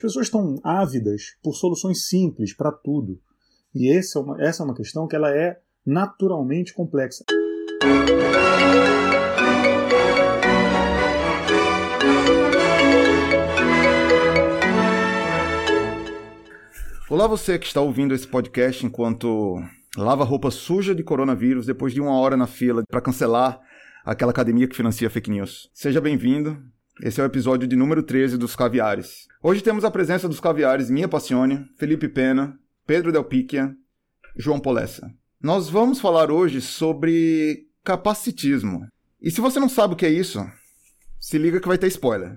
pessoas estão ávidas por soluções simples para tudo. E essa é uma questão que ela é naturalmente complexa. Olá, você que está ouvindo esse podcast enquanto lava roupa suja de coronavírus depois de 1 hora na fila para cancelar aquela academia que financia fake news. Seja bem-vindo. Esse é o episódio de número 13 dos Caviares. Hoje temos a presença dos Caviares Mia Passione, Felipe Pena, Pedro Del Picchia, João Polessa. Nós vamos falar hoje sobre capacitismo. E se você não sabe o que é isso, se liga que vai ter spoiler.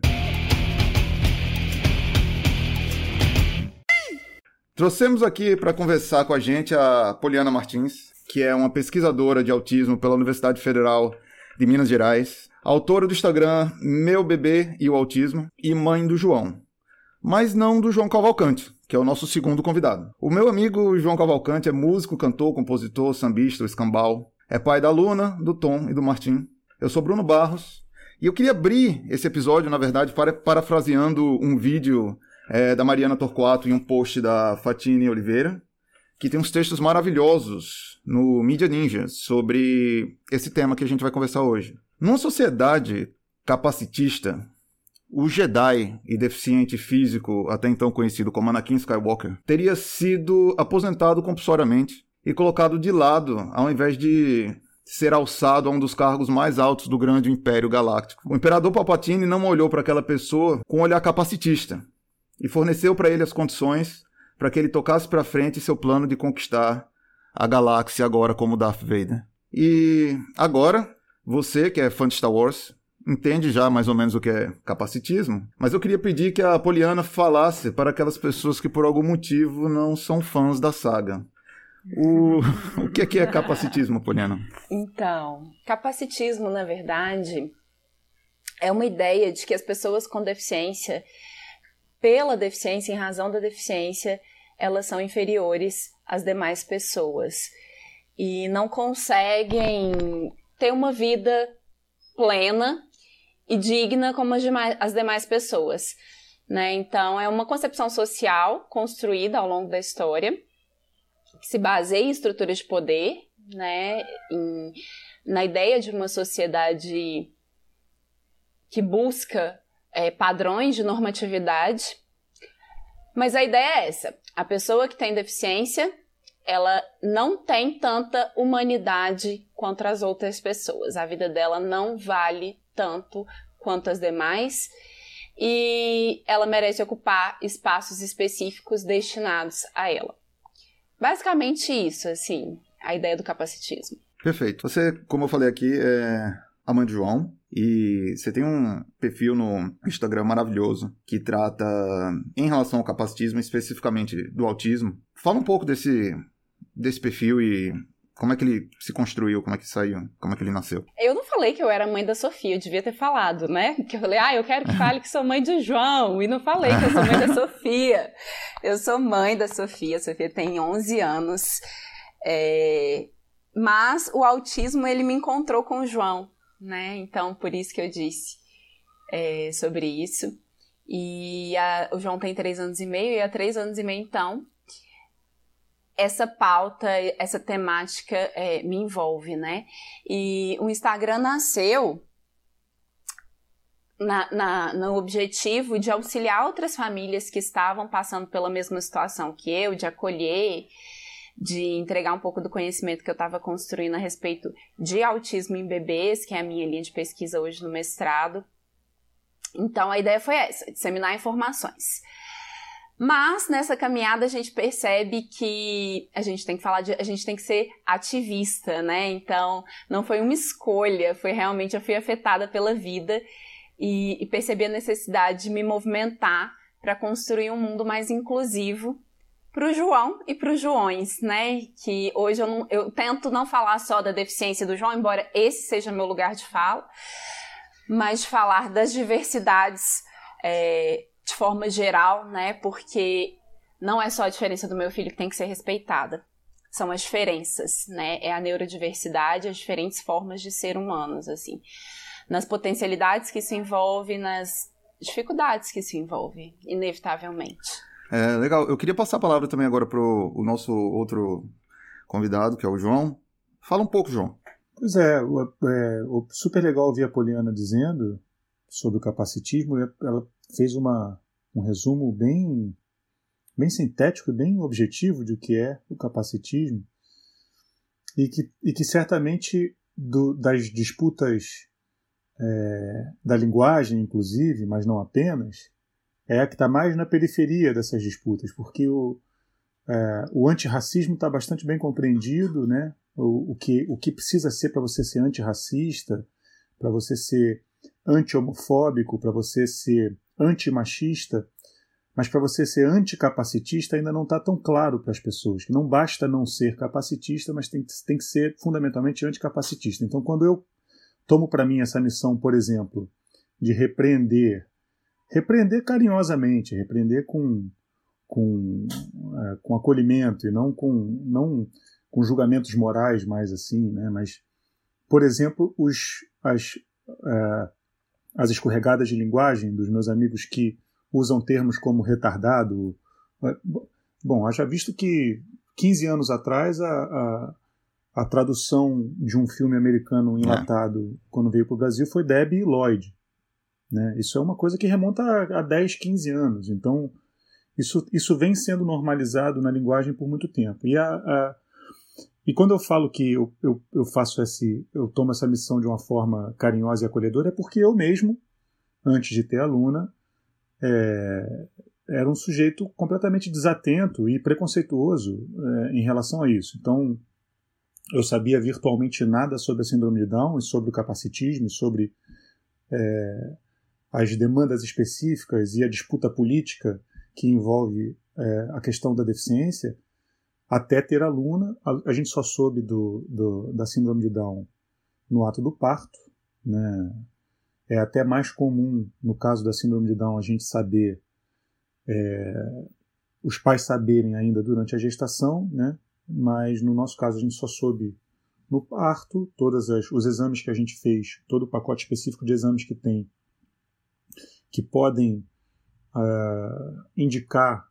Trouxemos aqui para conversar com a gente a Poliana Martins, que é uma pesquisadora de autismo pela Universidade Federal de Minas Gerais, autora do Instagram Meu Bebê e o Autismo e mãe do João. Mas não do João Cavalcante, que é o nosso segundo convidado. O meu amigo João Cavalcante é músico, cantor, compositor, sambista, escambau. É pai da Luna, do Tom e do Martim. Eu sou Bruno Barros e eu queria abrir esse episódio, na verdade, parafraseando um vídeo da Mariana Torquato e um post da Fatine Oliveira, que tem uns textos maravilhosos no Mídia Ninja sobre esse tema que a gente vai conversar hoje. Numa sociedade capacitista, o Jedi e deficiente físico, até então conhecido como Anakin Skywalker, teria sido aposentado compulsoriamente e colocado de lado, ao invés de ser alçado a um dos cargos mais altos do grande Império Galáctico. O Imperador Palpatine não olhou para aquela pessoa com um olhar capacitista e forneceu para ele as condições para que ele tocasse para frente seu plano de conquistar a galáxia agora como Darth Vader. E agora, você que é fã de Star Wars, entende já mais ou menos o que é capacitismo, mas eu queria pedir que a Poliana falasse para aquelas pessoas que por algum motivo não são fãs da saga. O que é capacitismo, Poliana? Então, capacitismo, na verdade, é uma ideia de que as pessoas com deficiência, pela deficiência, em razão da deficiência, elas são inferiores às demais pessoas e não conseguem ter uma vida plena e digna como as demais pessoas, né? Então, é uma concepção social construída ao longo da história, que se baseia em estruturas de poder, né? Na ideia de uma sociedade que busca padrões de normatividade. Mas a ideia é essa: a pessoa que tem deficiência, ela não tem tanta humanidade quanto as outras pessoas. A vida dela não vale tanto quanto as demais e ela merece ocupar espaços específicos destinados a ela. Basicamente isso, assim, a ideia do capacitismo. Perfeito. Você, como eu falei aqui, é a mãe de João e você tem um perfil no Instagram maravilhoso que trata, em relação ao capacitismo, especificamente do autismo. Fala um pouco desse perfil e como é que ele se construiu, como é que saiu, como é que ele nasceu. Eu não falei que eu era mãe da Sofia, eu devia ter falado, né? Porque eu falei, eu quero que fale que sou mãe de João, e não falei que eu sou mãe da Sofia. Eu sou mãe da Sofia, a Sofia tem 11 anos, mas o autismo, ele me encontrou com o João, né? Então, por isso que eu disse sobre isso. E o João tem 3 anos e meio, e há 3 anos e meio, então, essa pauta, essa temática me envolve, né? E o Instagram nasceu no objetivo de auxiliar outras famílias que estavam passando pela mesma situação que eu, de acolher, de entregar um pouco do conhecimento que eu estava construindo a respeito de autismo em bebês, que é a minha linha de pesquisa hoje no mestrado. Então, a ideia foi essa: disseminar informações. Mas, nessa caminhada, a gente percebe que a gente tem que ser ativista, né? Então, não foi uma escolha, foi realmente, eu fui afetada pela vida e percebi a necessidade de me movimentar para construir um mundo mais inclusivo para o João e para os Joões, né? Que hoje eu tento não falar só da deficiência do João, embora esse seja meu lugar de fala, mas falar das diversidades de forma geral, né? Porque não é só a diferença do meu filho que tem que ser respeitada. São as diferenças, né? É a neurodiversidade, as diferentes formas de ser humanos, assim. Nas potencialidades que isso envolve, nas dificuldades que isso envolve, inevitavelmente. Legal. Eu queria passar a palavra também agora para o nosso outro convidado, que é o João. Fala um pouco, João. Pois é, super legal ouvir a Poliana dizendo sobre o capacitismo. Ela fez um resumo bem sintético e bem objetivo de o que é o capacitismo e que certamente das disputas da linguagem, inclusive, mas não apenas, é a que está mais na periferia dessas disputas, porque o antirracismo está bastante bem compreendido, né? O que precisa ser para você ser antirracista, para você ser anti-homofóbico, para você ser antimachista, mas para você ser anticapacitista ainda não está tão claro para as pessoas, que não basta não ser capacitista, mas tem que ser fundamentalmente anticapacitista. Então, quando eu tomo para mim essa missão, por exemplo, de repreender carinhosamente, repreender com acolhimento e não com julgamentos morais mais assim, né? Mas, por exemplo, as escorregadas de linguagem dos meus amigos que usam termos como retardado. Bom, haja visto que 15 anos atrás a tradução de um filme americano enlatado quando veio para o Brasil foi Debbie Lloyd. Né? Isso é uma coisa que remonta a 10, 15 anos. Então, isso vem sendo normalizado na linguagem por muito tempo. E quando eu falo que eu tomo essa missão de uma forma carinhosa e acolhedora, é porque eu mesmo, antes de ter aluna, era um sujeito completamente desatento e preconceituoso em relação a isso. Então, eu sabia virtualmente nada sobre a síndrome de Down e sobre o capacitismo, e sobre as demandas específicas e a disputa política que envolve a questão da deficiência, até ter aluna. A gente só soube da síndrome de Down no ato do parto, né? É até mais comum, no caso da síndrome de Down, a gente saber, os pais saberem ainda durante a gestação, né? Mas no nosso caso a gente só soube no parto. Todos os exames que a gente fez, todo o pacote específico de exames que tem, que podem indicar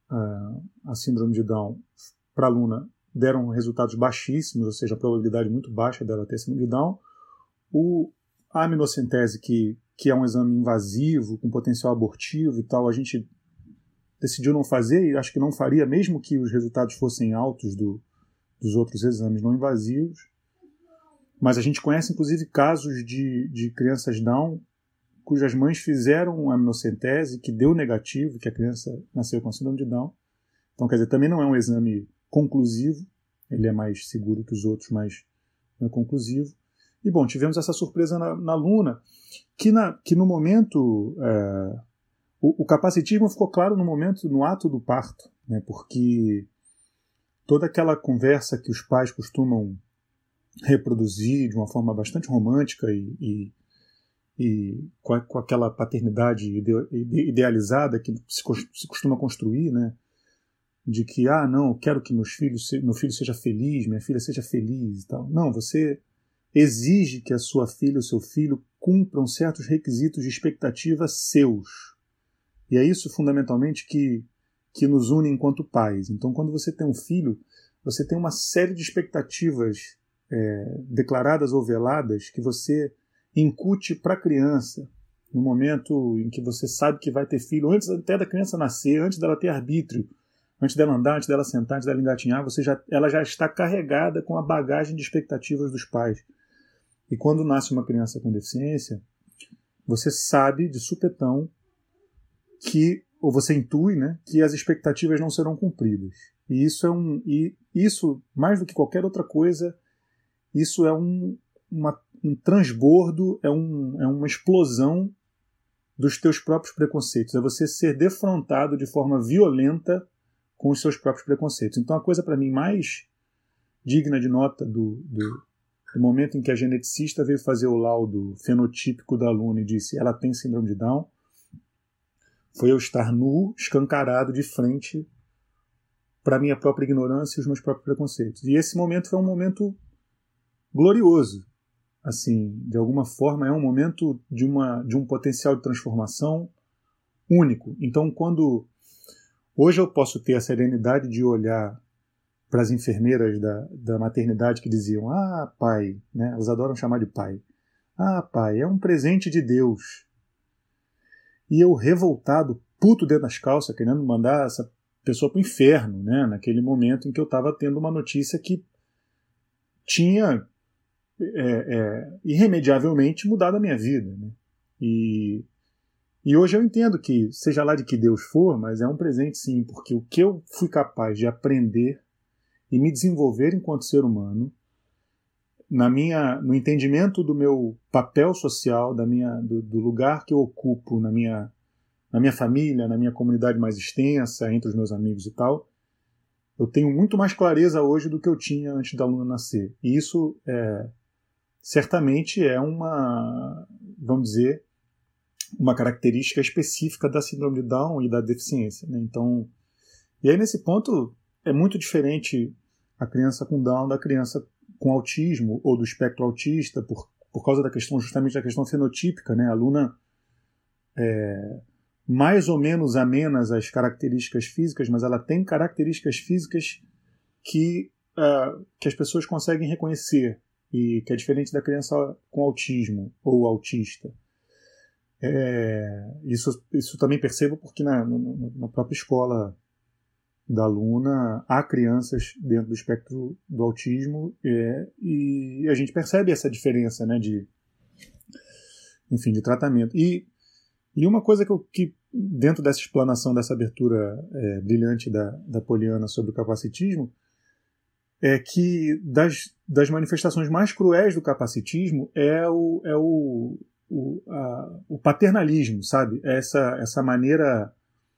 a síndrome de Down para a aluna, deram resultados baixíssimos, ou seja, a probabilidade muito baixa dela ter síndrome de Down. A aminocentese, que é um exame invasivo, com potencial abortivo e tal, a gente decidiu não fazer, e acho que não faria, mesmo que os resultados fossem altos dos outros exames não invasivos. Mas a gente conhece, inclusive, casos de crianças Down cujas mães fizeram aminocentese, que deu negativo, que a criança nasceu com síndrome de Down. Então, quer dizer, também não é um exame conclusivo, ele é mais seguro que os outros, mas não é conclusivo. E, bom, tivemos essa surpresa na aluna, que no momento... O capacitismo ficou claro no ato do parto, né, porque toda aquela conversa que os pais costumam reproduzir de uma forma bastante romântica e com aquela paternidade idealizada que se costuma construir, né, de que, não, eu quero que meu filho seja feliz, minha filha seja feliz e tal. Não, você exige que a sua filha ou seu filho cumpram certos requisitos de expectativa seus. E é isso, fundamentalmente, que nos une enquanto pais. Então, quando você tem um filho, você tem uma série de expectativas declaradas ou veladas que você incute para a criança, no momento em que você sabe que vai ter filho, antes até da criança nascer, antes dela ter arbítrio, antes dela andar, antes dela sentar, antes dela engatinhar, ela já está carregada com a bagagem de expectativas dos pais. E quando nasce uma criança com deficiência, você sabe de supetão ou você intui, né, que as expectativas não serão cumpridas. E isso, mais do que qualquer outra coisa, isso é um transbordo, é uma explosão dos teus próprios preconceitos. É você ser defrontado de forma violenta com os seus próprios preconceitos. Então, a coisa, para mim, mais digna de nota do momento em que a geneticista veio fazer o laudo fenotípico da aluna e disse: ela tem síndrome de Down, foi eu estar nu, escancarado de frente para a minha própria ignorância e os meus próprios preconceitos. E esse momento foi um momento glorioso. Assim, de alguma forma, é um momento de um potencial de transformação único. Então, hoje eu posso ter a serenidade de olhar para as enfermeiras da maternidade que diziam: ah, pai, né? Elas adoram chamar de pai. Ah, pai, é um presente de Deus. E eu revoltado, puto dentro das calças, querendo mandar essa pessoa para o inferno, né? Naquele momento em que eu estava tendo uma notícia que tinha irremediavelmente mudado a minha vida, né? E hoje eu entendo que, seja lá de que Deus for, mas é um presente sim, porque o que eu fui capaz de aprender e me desenvolver enquanto ser humano, no entendimento do meu papel social, do lugar que eu ocupo na minha família, na minha comunidade mais extensa, entre os meus amigos e tal, eu tenho muito mais clareza hoje do que eu tinha antes da Luna nascer. E isso certamente é vamos dizer, uma característica específica da síndrome de Down e da deficiência, né? Então, e aí nesse ponto é muito diferente a criança com Down da criança com autismo ou do espectro autista por causa justamente da questão fenotípica, né? A Luna mais ou menos amenas as características físicas, mas ela tem características físicas que as pessoas conseguem reconhecer e que é diferente da criança com autismo ou autista. Isso também percebo porque na própria escola da Luna há crianças dentro do espectro do autismo e a gente percebe essa diferença, né, de tratamento. E uma coisa que dentro dessa explanação, dessa abertura brilhante da Poliana sobre o capacitismo, é que das manifestações mais cruéis do capacitismo é o paternalismo, sabe? Essa maneira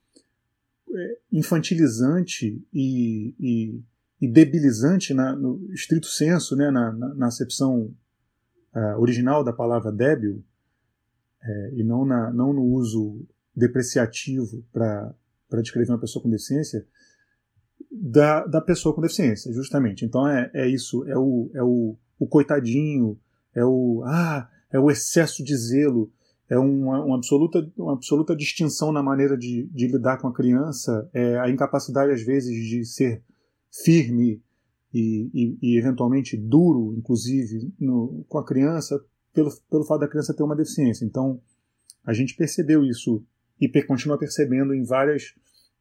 infantilizante e debilizante no estrito senso, né? Na acepção original da palavra débil, e não no uso depreciativo para descrever uma pessoa com deficiência, da pessoa com deficiência, justamente. Então é isso, é o coitadinho, é o excesso de zelo, é uma absoluta distinção na maneira de lidar com a criança, a incapacidade às vezes de ser firme e eventualmente duro, inclusive, com a criança, pelo fato da criança ter uma deficiência. Então a gente percebeu isso e continua percebendo em várias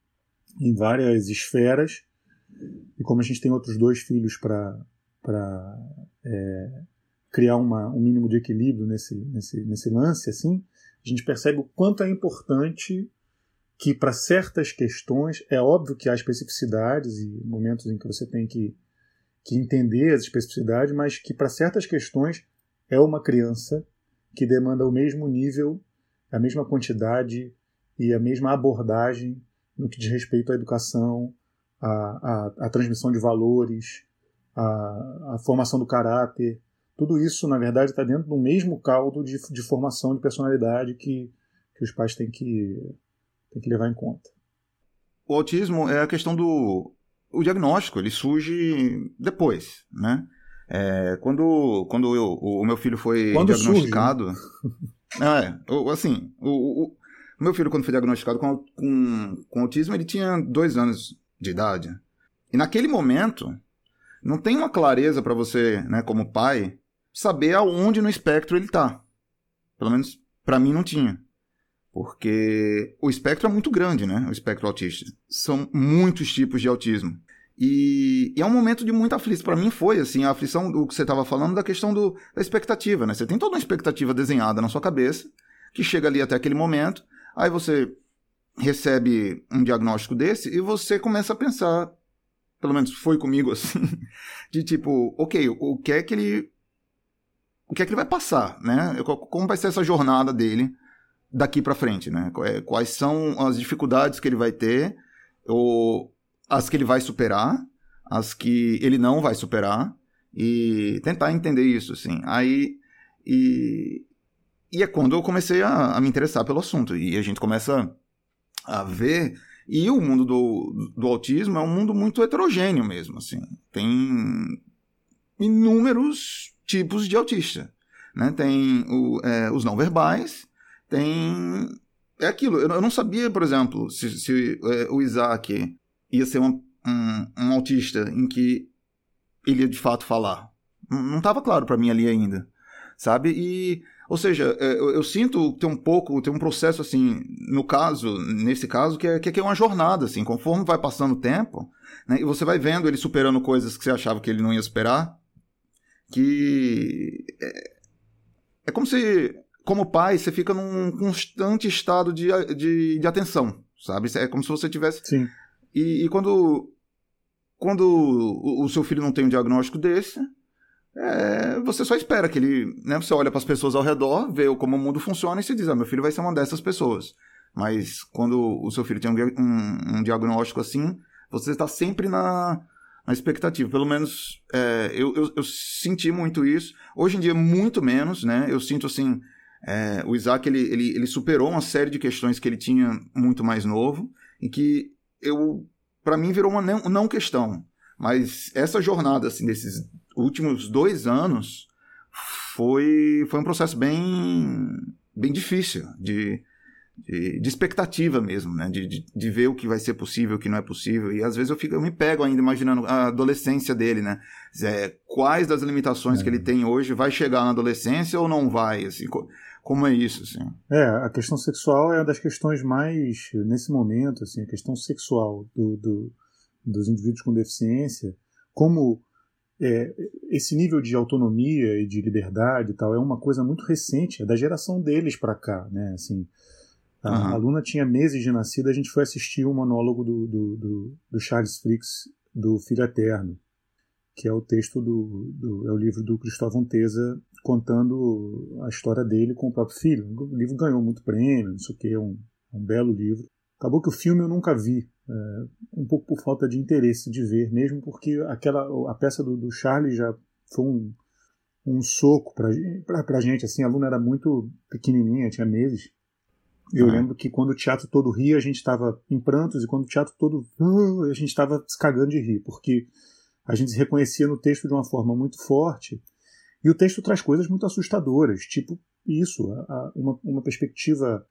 esferas, e como a gente tem outros 2 filhos para criar um mínimo de equilíbrio nesse lance, assim, a gente percebe o quanto é importante que para certas questões, é óbvio que há especificidades e momentos em que você tem que entender as especificidades, mas que para certas questões é uma criança que demanda o mesmo nível, a mesma quantidade e a mesma abordagem no que diz respeito à educação, à transmissão de valores, à formação do caráter. Tudo isso, na verdade, está dentro do mesmo caldo de formação de personalidade que os pais têm que levar em conta. O autismo é a questão o diagnóstico, ele surge depois, né? Quando o meu filho foi diagnosticado... o meu filho, quando foi diagnosticado com autismo, ele tinha 2 anos de idade. E naquele momento, não tem uma clareza para você, né, como pai, saber aonde no espectro ele está. Pelo menos para mim não tinha. Porque o espectro é muito grande, né? O espectro autista. São muitos tipos de autismo. E é um momento de muita aflição. Para mim foi assim, a aflição do que você estava falando, da questão da expectativa, né? Você tem toda uma expectativa desenhada na sua cabeça, que chega ali até aquele momento, aí você recebe um diagnóstico desse e você começa a pensar, pelo menos foi comigo assim, de tipo, ok, o que é que ele vai passar, né? Como vai ser essa jornada dele daqui para frente, né? Quais são as dificuldades que ele vai ter, ou as que ele vai superar, as que ele não vai superar, e tentar entender isso, assim. E é quando eu comecei a me interessar pelo assunto, e a gente começa a ver, e o mundo do autismo é um mundo muito heterogêneo mesmo, assim. Tem inúmeros tipos de autista, né? Tem os não verbais, tem é aquilo, eu não sabia, por exemplo, se o Isaac ia ser um autista em que ele ia de fato falar. Não estava claro para mim ali ainda, sabe? E, ou seja, eu sinto tem um processo assim, nesse caso, que é uma jornada, assim, conforme vai passando o tempo, né, e você vai vendo ele superando coisas que você achava que ele não ia superar, que é como se, como pai, você fica num constante estado de atenção, sabe? É como se você tivesse... Sim. E quando o seu filho não tem um diagnóstico desse, você só espera que ele... Né, você olha para as pessoas ao redor, vê como o mundo funciona e se diz, meu filho vai ser uma dessas pessoas. Mas quando o seu filho tem um diagnóstico assim, você está sempre na expectativa. Pelo menos eu senti muito isso. Hoje em dia, muito menos, né? Eu sinto assim... o Isaac, ele superou uma série de questões que ele tinha muito mais novo e que para mim virou uma não questão. Mas essa jornada, assim, desses últimos 2 anos foi um processo bem difícil de expectativa mesmo, né? De ver o que vai ser possível, o que não é possível. E às vezes eu me pego ainda imaginando a adolescência dele, né? Quais das limitações que ele tem hoje vai chegar na adolescência ou não vai, assim... Como é isso, assim? A questão sexual é uma das questões mais, nesse momento, assim, a questão sexual dos indivíduos com deficiência, como esse nível de autonomia e de liberdade e tal, é uma coisa muito recente, é da geração deles para cá, né, assim, a Luna tinha meses de nascida, a gente foi assistir o monólogo do Charles Fricks, do Filho Eterno, que é o texto é o livro do Cristóvão Teza, contando a história dele com o próprio filho. O livro ganhou muito prêmio, não sei o que, um belo livro. Acabou que o filme eu nunca vi, um pouco por falta de interesse de ver, mesmo porque a peça do Charlie já foi um soco pra gente, assim, a Luna era muito pequenininha, tinha meses. Eu lembro que quando o teatro todo ria, a gente estava em prantos, e quando o teatro todo... a gente estava se cagando de rir, porque a gente se reconhecia no texto de uma forma muito forte, e o texto traz coisas muito assustadoras, tipo isso, uma perspectiva,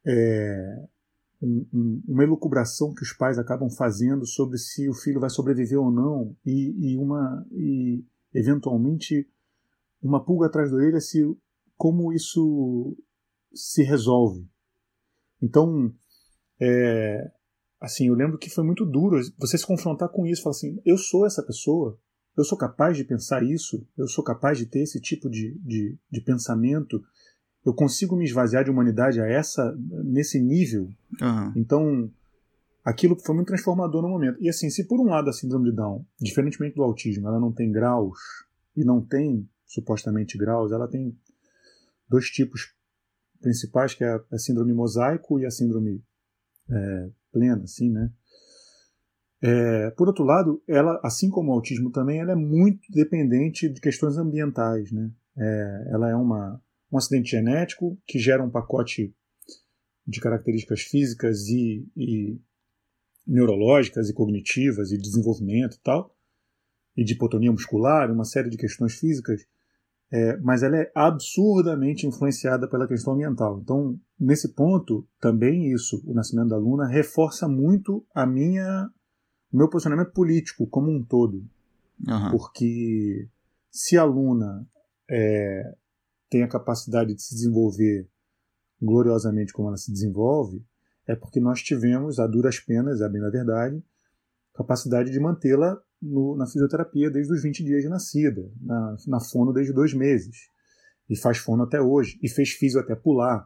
uma elucubração que os pais acabam fazendo sobre se o filho vai sobreviver ou não, e eventualmente uma pulga atrás da orelha como isso se resolve. Então, assim, eu lembro que foi muito duro você se confrontar com isso, falar assim, eu sou essa pessoa, eu sou capaz de pensar isso, eu sou capaz de ter esse tipo de pensamento, eu consigo me esvaziar de humanidade nesse nível. Então, aquilo foi muito transformador no momento. E assim, se por um lado a síndrome de Down, diferentemente do autismo, ela não tem graus, e não tem supostamente graus, ela tem 2 tipos principais, que é a síndrome mosaico e a síndrome plena, assim, né? Por outro lado, ela, assim como o autismo também, ela é muito dependente de questões ambientais, né? Ela é um acidente genético que gera um pacote de características físicas e neurológicas e cognitivas e desenvolvimento e tal, e de hipotonia muscular, uma série de questões físicas, mas ela é absurdamente influenciada pela questão ambiental. Então, nesse ponto, também o nascimento da Luna, reforça muito o meu posicionamento político como um todo. Porque se a Luna tem a capacidade de se desenvolver gloriosamente como ela se desenvolve, é porque nós tivemos, a duras penas, é bem na verdade, capacidade de mantê-la na fisioterapia desde os 20 dias de nascida, na fono desde 2 meses, e faz fono até hoje, e fez fisio até pular,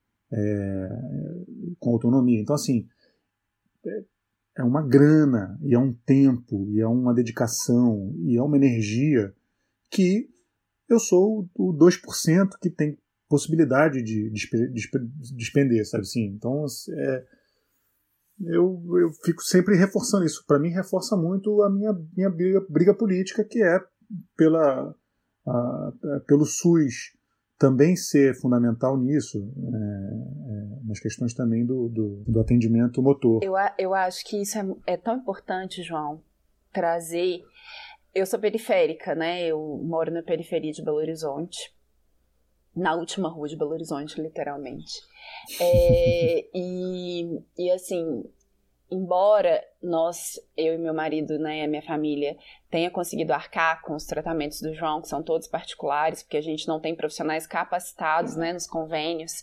com autonomia. Então, assim, é uma grana, e é um tempo, e é uma dedicação, e é uma energia que eu sou o 2% que tem possibilidade de despender, sabe assim? Então, eu fico sempre reforçando isso. Para mim, reforça muito a minha briga política, que é pelo SUS também ser fundamental nisso, nas questões também do atendimento motor. Eu acho que isso é tão importante, João, trazer... Eu sou periférica, né? Eu moro na periferia de Belo Horizonte. na última rua de Belo Horizonte, literalmente. E assim, embora eu e meu marido, né, a minha família, tenha conseguido arcar com os tratamentos do João, que são todos particulares, porque a gente não tem profissionais capacitados, né, nos convênios,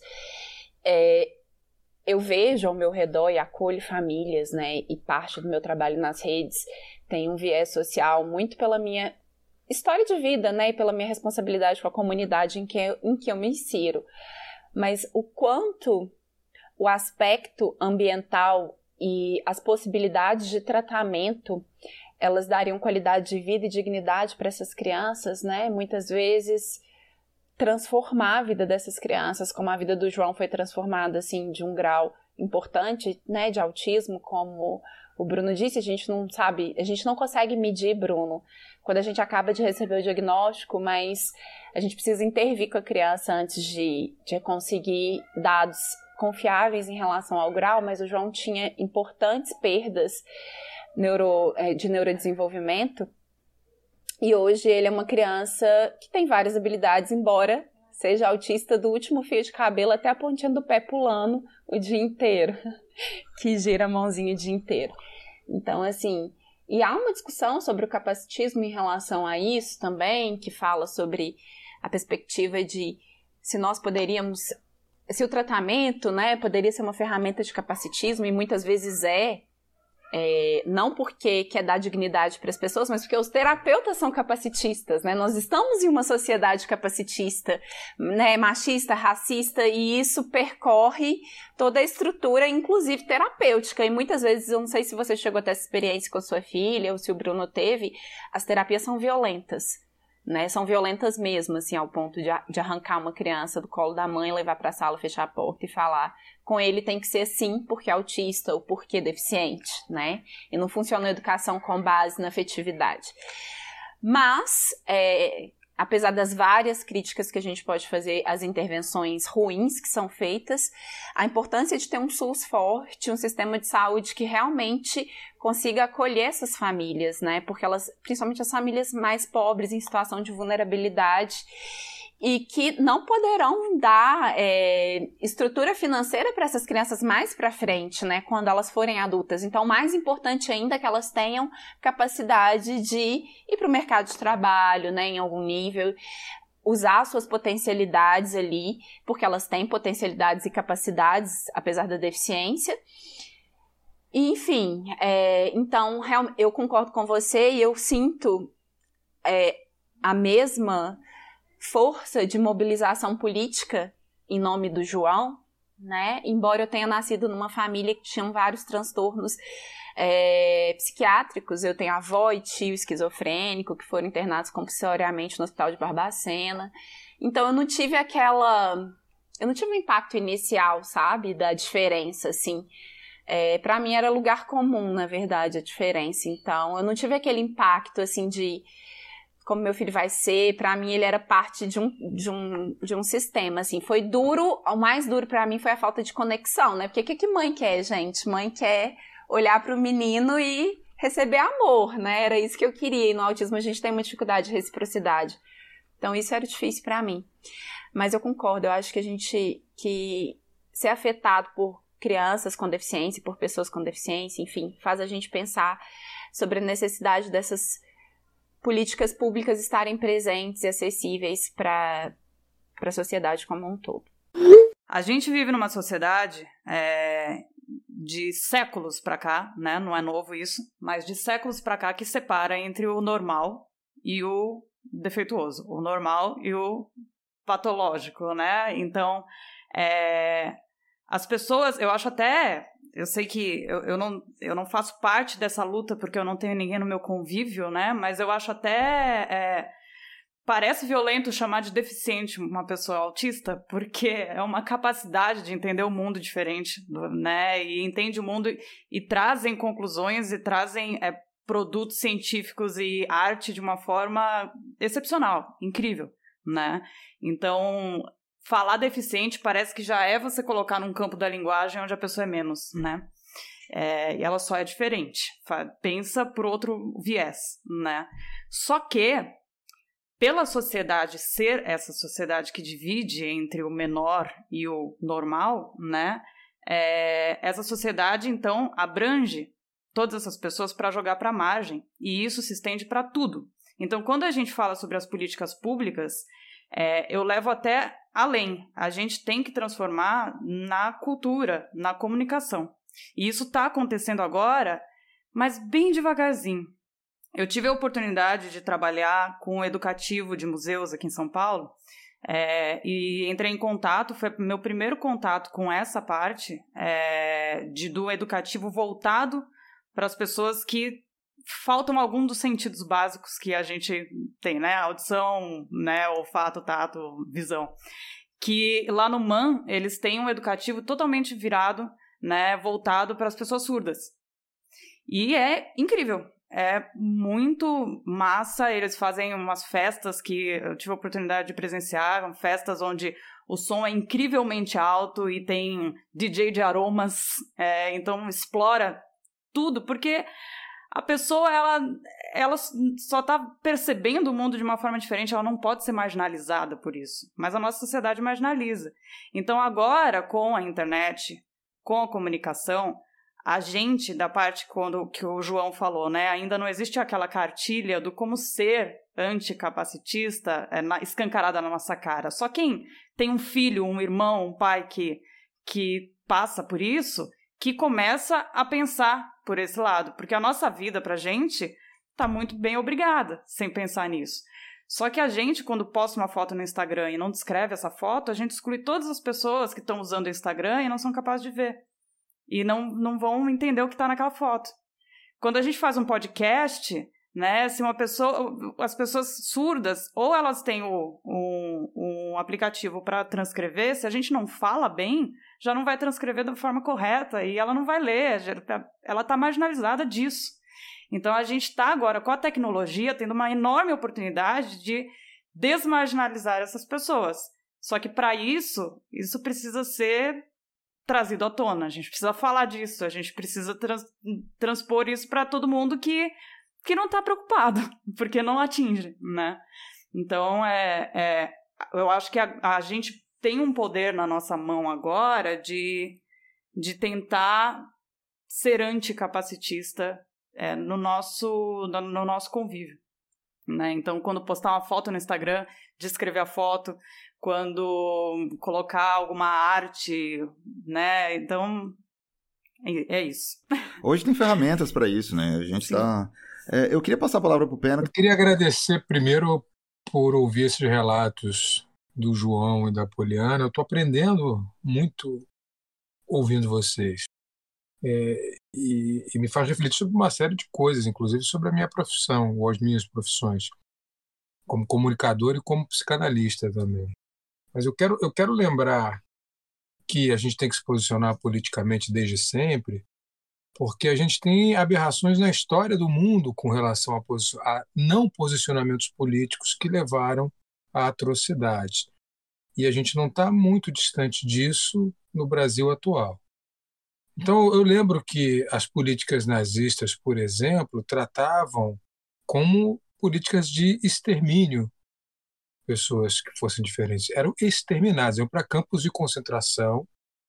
eu vejo ao meu redor e acolho famílias, né, e parte do meu trabalho nas redes tem um viés social muito pela minha história de vida, né, e pela minha responsabilidade com a comunidade em que eu me insiro. Mas o quanto o aspecto ambiental e as possibilidades de tratamento, elas dariam qualidade de vida e dignidade para essas crianças, né, muitas vezes transformar a vida dessas crianças, como a vida do João foi transformada, assim, de um grau importante, né, de autismo, como o Bruno disse, a gente não consegue medir, Bruno, quando a gente acaba de receber o diagnóstico, mas a gente precisa intervir com a criança antes de conseguir dados confiáveis em relação ao grau, mas o João tinha importantes perdas de neurodesenvolvimento, e hoje ele é uma criança que tem várias habilidades, embora seja autista do último fio de cabelo até a pontinha do pé pulando o dia inteiro, que gira a mãozinha o dia inteiro. Então, assim, e há uma discussão sobre o capacitismo em relação a isso também, que fala sobre a perspectiva de se o tratamento, né, poderia ser uma ferramenta de capacitismo, e muitas vezes não porque quer dar dignidade para as pessoas, mas porque os terapeutas são capacitistas, né? Nós estamos em uma sociedade capacitista, né, machista, racista, e isso percorre toda a estrutura, inclusive terapêutica. E muitas vezes, eu não sei se você chegou a ter essa experiência com a sua filha, ou se o Bruno teve, as terapias são violentas, né? São violentas mesmo, assim, ao ponto de arrancar uma criança do colo da mãe, levar para a sala, fechar a porta e falar: com ele tem que ser assim porque é autista ou porque é deficiente, né? E não funciona a educação com base na afetividade. Mas, apesar das várias críticas que a gente pode fazer às intervenções ruins que são feitas, a importância de ter um SUS forte, um sistema de saúde que realmente consiga acolher essas famílias, né? Porque elas, principalmente as famílias mais pobres, em situação de vulnerabilidade, e que não poderão dar estrutura financeira para essas crianças mais para frente, né, quando elas forem adultas. Então, mais importante ainda é que elas tenham capacidade de ir para o mercado de trabalho, né, em algum nível, usar suas potencialidades ali, porque elas têm potencialidades e capacidades, apesar da deficiência. E, enfim, então, eu concordo com você e eu sinto a mesma força de mobilização política em nome do João, né? Embora eu tenha nascido numa família que tinha vários transtornos psiquiátricos. Eu tenho avó e tio esquizofrênico que foram internados compulsoriamente no Hospital de Barbacena. Então eu não tive um impacto inicial, sabe, da diferença, assim. Para mim era lugar comum, na verdade, a diferença. Então eu não tive aquele impacto, assim, de como meu filho vai ser. Para mim ele era parte de um sistema, assim. Foi duro, o mais duro para mim foi a falta de conexão, né? Porque o que mãe quer, gente? Mãe quer olhar para o menino e receber amor, né? Era isso que eu queria, e no autismo a gente tem uma dificuldade de reciprocidade. Então isso era difícil para mim. Mas eu concordo, eu acho que a gente, que ser afetado por crianças com deficiência, por pessoas com deficiência, enfim, faz a gente pensar sobre a necessidade dessas políticas públicas estarem presentes e acessíveis para a sociedade como um todo. A gente vive numa sociedade de séculos para cá, né? Não é novo isso, mas de séculos para cá, que separa entre o normal e o defeituoso, o normal e o patológico, né? Então, as pessoas, eu acho até... Eu sei que eu não faço parte dessa luta porque eu não tenho ninguém no meu convívio, né? Mas eu acho até... parece violento chamar de deficiente uma pessoa autista, porque é uma capacidade de entender o mundo diferente, né? E entende o mundo e trazem conclusões e trazem produtos científicos e arte de uma forma excepcional, incrível, né? Então... falar deficiente parece que já é você colocar num campo da linguagem onde a pessoa é menos, né? E ela só é diferente. Pensa por outro viés, né? Só que, pela sociedade ser essa sociedade que divide entre o menor e o normal, né? Essa sociedade, então, abrange todas essas pessoas para jogar para a margem, e isso se estende para tudo. Então, quando a gente fala sobre as políticas públicas, eu levo até além. A gente tem que transformar na cultura, na comunicação. E isso está acontecendo agora, mas bem devagarzinho. Eu tive a oportunidade de trabalhar com o educativo de museus aqui em São Paulo, e entrei em contato, foi meu primeiro contato com essa parte do educativo voltado para as pessoas que faltam algum dos sentidos básicos que a gente tem, né? Audição, né? Olfato, tato, visão. Que lá no MAN, eles têm um educativo totalmente virado, né? Voltado para as pessoas surdas. E é incrível. É muito massa, eles fazem umas festas que eu tive a oportunidade de presenciar, festas onde o som é incrivelmente alto e tem DJ de aromas, então explora tudo, porque a pessoa, ela só está percebendo o mundo de uma forma diferente, ela não pode ser marginalizada por isso, mas a nossa sociedade marginaliza. Então agora, com a internet, com a comunicação, a gente, da parte que o João falou, né, ainda não existe aquela cartilha do como ser anticapacitista escancarada na nossa cara. Só quem tem um filho, um irmão, um pai que passa por isso, que começa a pensar por esse lado. Porque a nossa vida, pra gente, tá muito bem obrigada, sem pensar nisso. Só que a gente, quando posta uma foto no Instagram e não descreve essa foto, a gente exclui todas as pessoas que estão usando o Instagram e não são capazes de ver. E não vão entender o que está naquela foto. Quando a gente faz um podcast, né, se as pessoas surdas, ou elas têm um aplicativo para transcrever, se a gente não fala bem, já não vai transcrever da forma correta e ela não vai ler, ela está marginalizada disso. Então a gente está agora com a tecnologia tendo uma enorme oportunidade de desmarginalizar essas pessoas. Só que para isso precisa ser trazido à tona, a gente precisa falar disso, a gente precisa transpor isso para todo mundo que não está preocupado, porque não atinge, né? Então, eu acho que a gente tem um poder na nossa mão agora de tentar ser anticapacitista no nosso convívio, né? Então, quando postar uma foto no Instagram, descrever a foto, quando colocar alguma arte, né? Então, é isso. Hoje tem ferramentas para isso, né? A gente está... eu queria passar a palavra para o Pena. Eu queria agradecer primeiro por ouvir esses relatos do João e da Poliana. Eu estou aprendendo muito ouvindo vocês. E me faz refletir sobre uma série de coisas, inclusive sobre a minha profissão, ou as minhas profissões, como comunicador e como psicanalista também. Mas eu quero lembrar que a gente tem que se posicionar politicamente desde sempre, porque a gente tem aberrações na história do mundo com relação a não posicionamentos políticos que levaram a atrocidades. E a gente não está muito distante disso no Brasil atual. Então, eu lembro que as políticas nazistas, por exemplo, tratavam como políticas de extermínio pessoas que fossem diferentes. Eram exterminadas, iam para campos de concentração.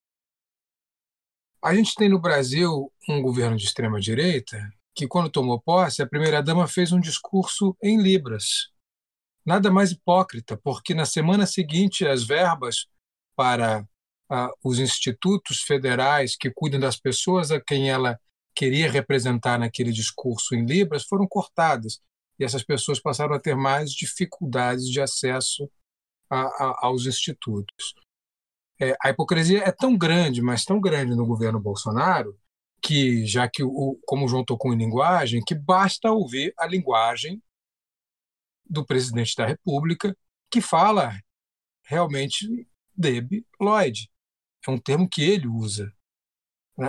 A gente tem no Brasil um governo de extrema-direita que, quando tomou posse, a primeira-dama fez um discurso em libras. Nada mais hipócrita, porque na semana seguinte as verbas para os institutos federais que cuidam das pessoas a quem ela queria representar naquele discurso em libras foram cortadas. E essas pessoas passaram a ter mais dificuldades de acesso aos institutos. A hipocrisia é tão grande, mas tão grande no governo Bolsonaro, que, já que, como o João tocou em linguagem, que basta ouvir a linguagem do presidente da República, que fala realmente debilóide. É um termo que ele usa, né?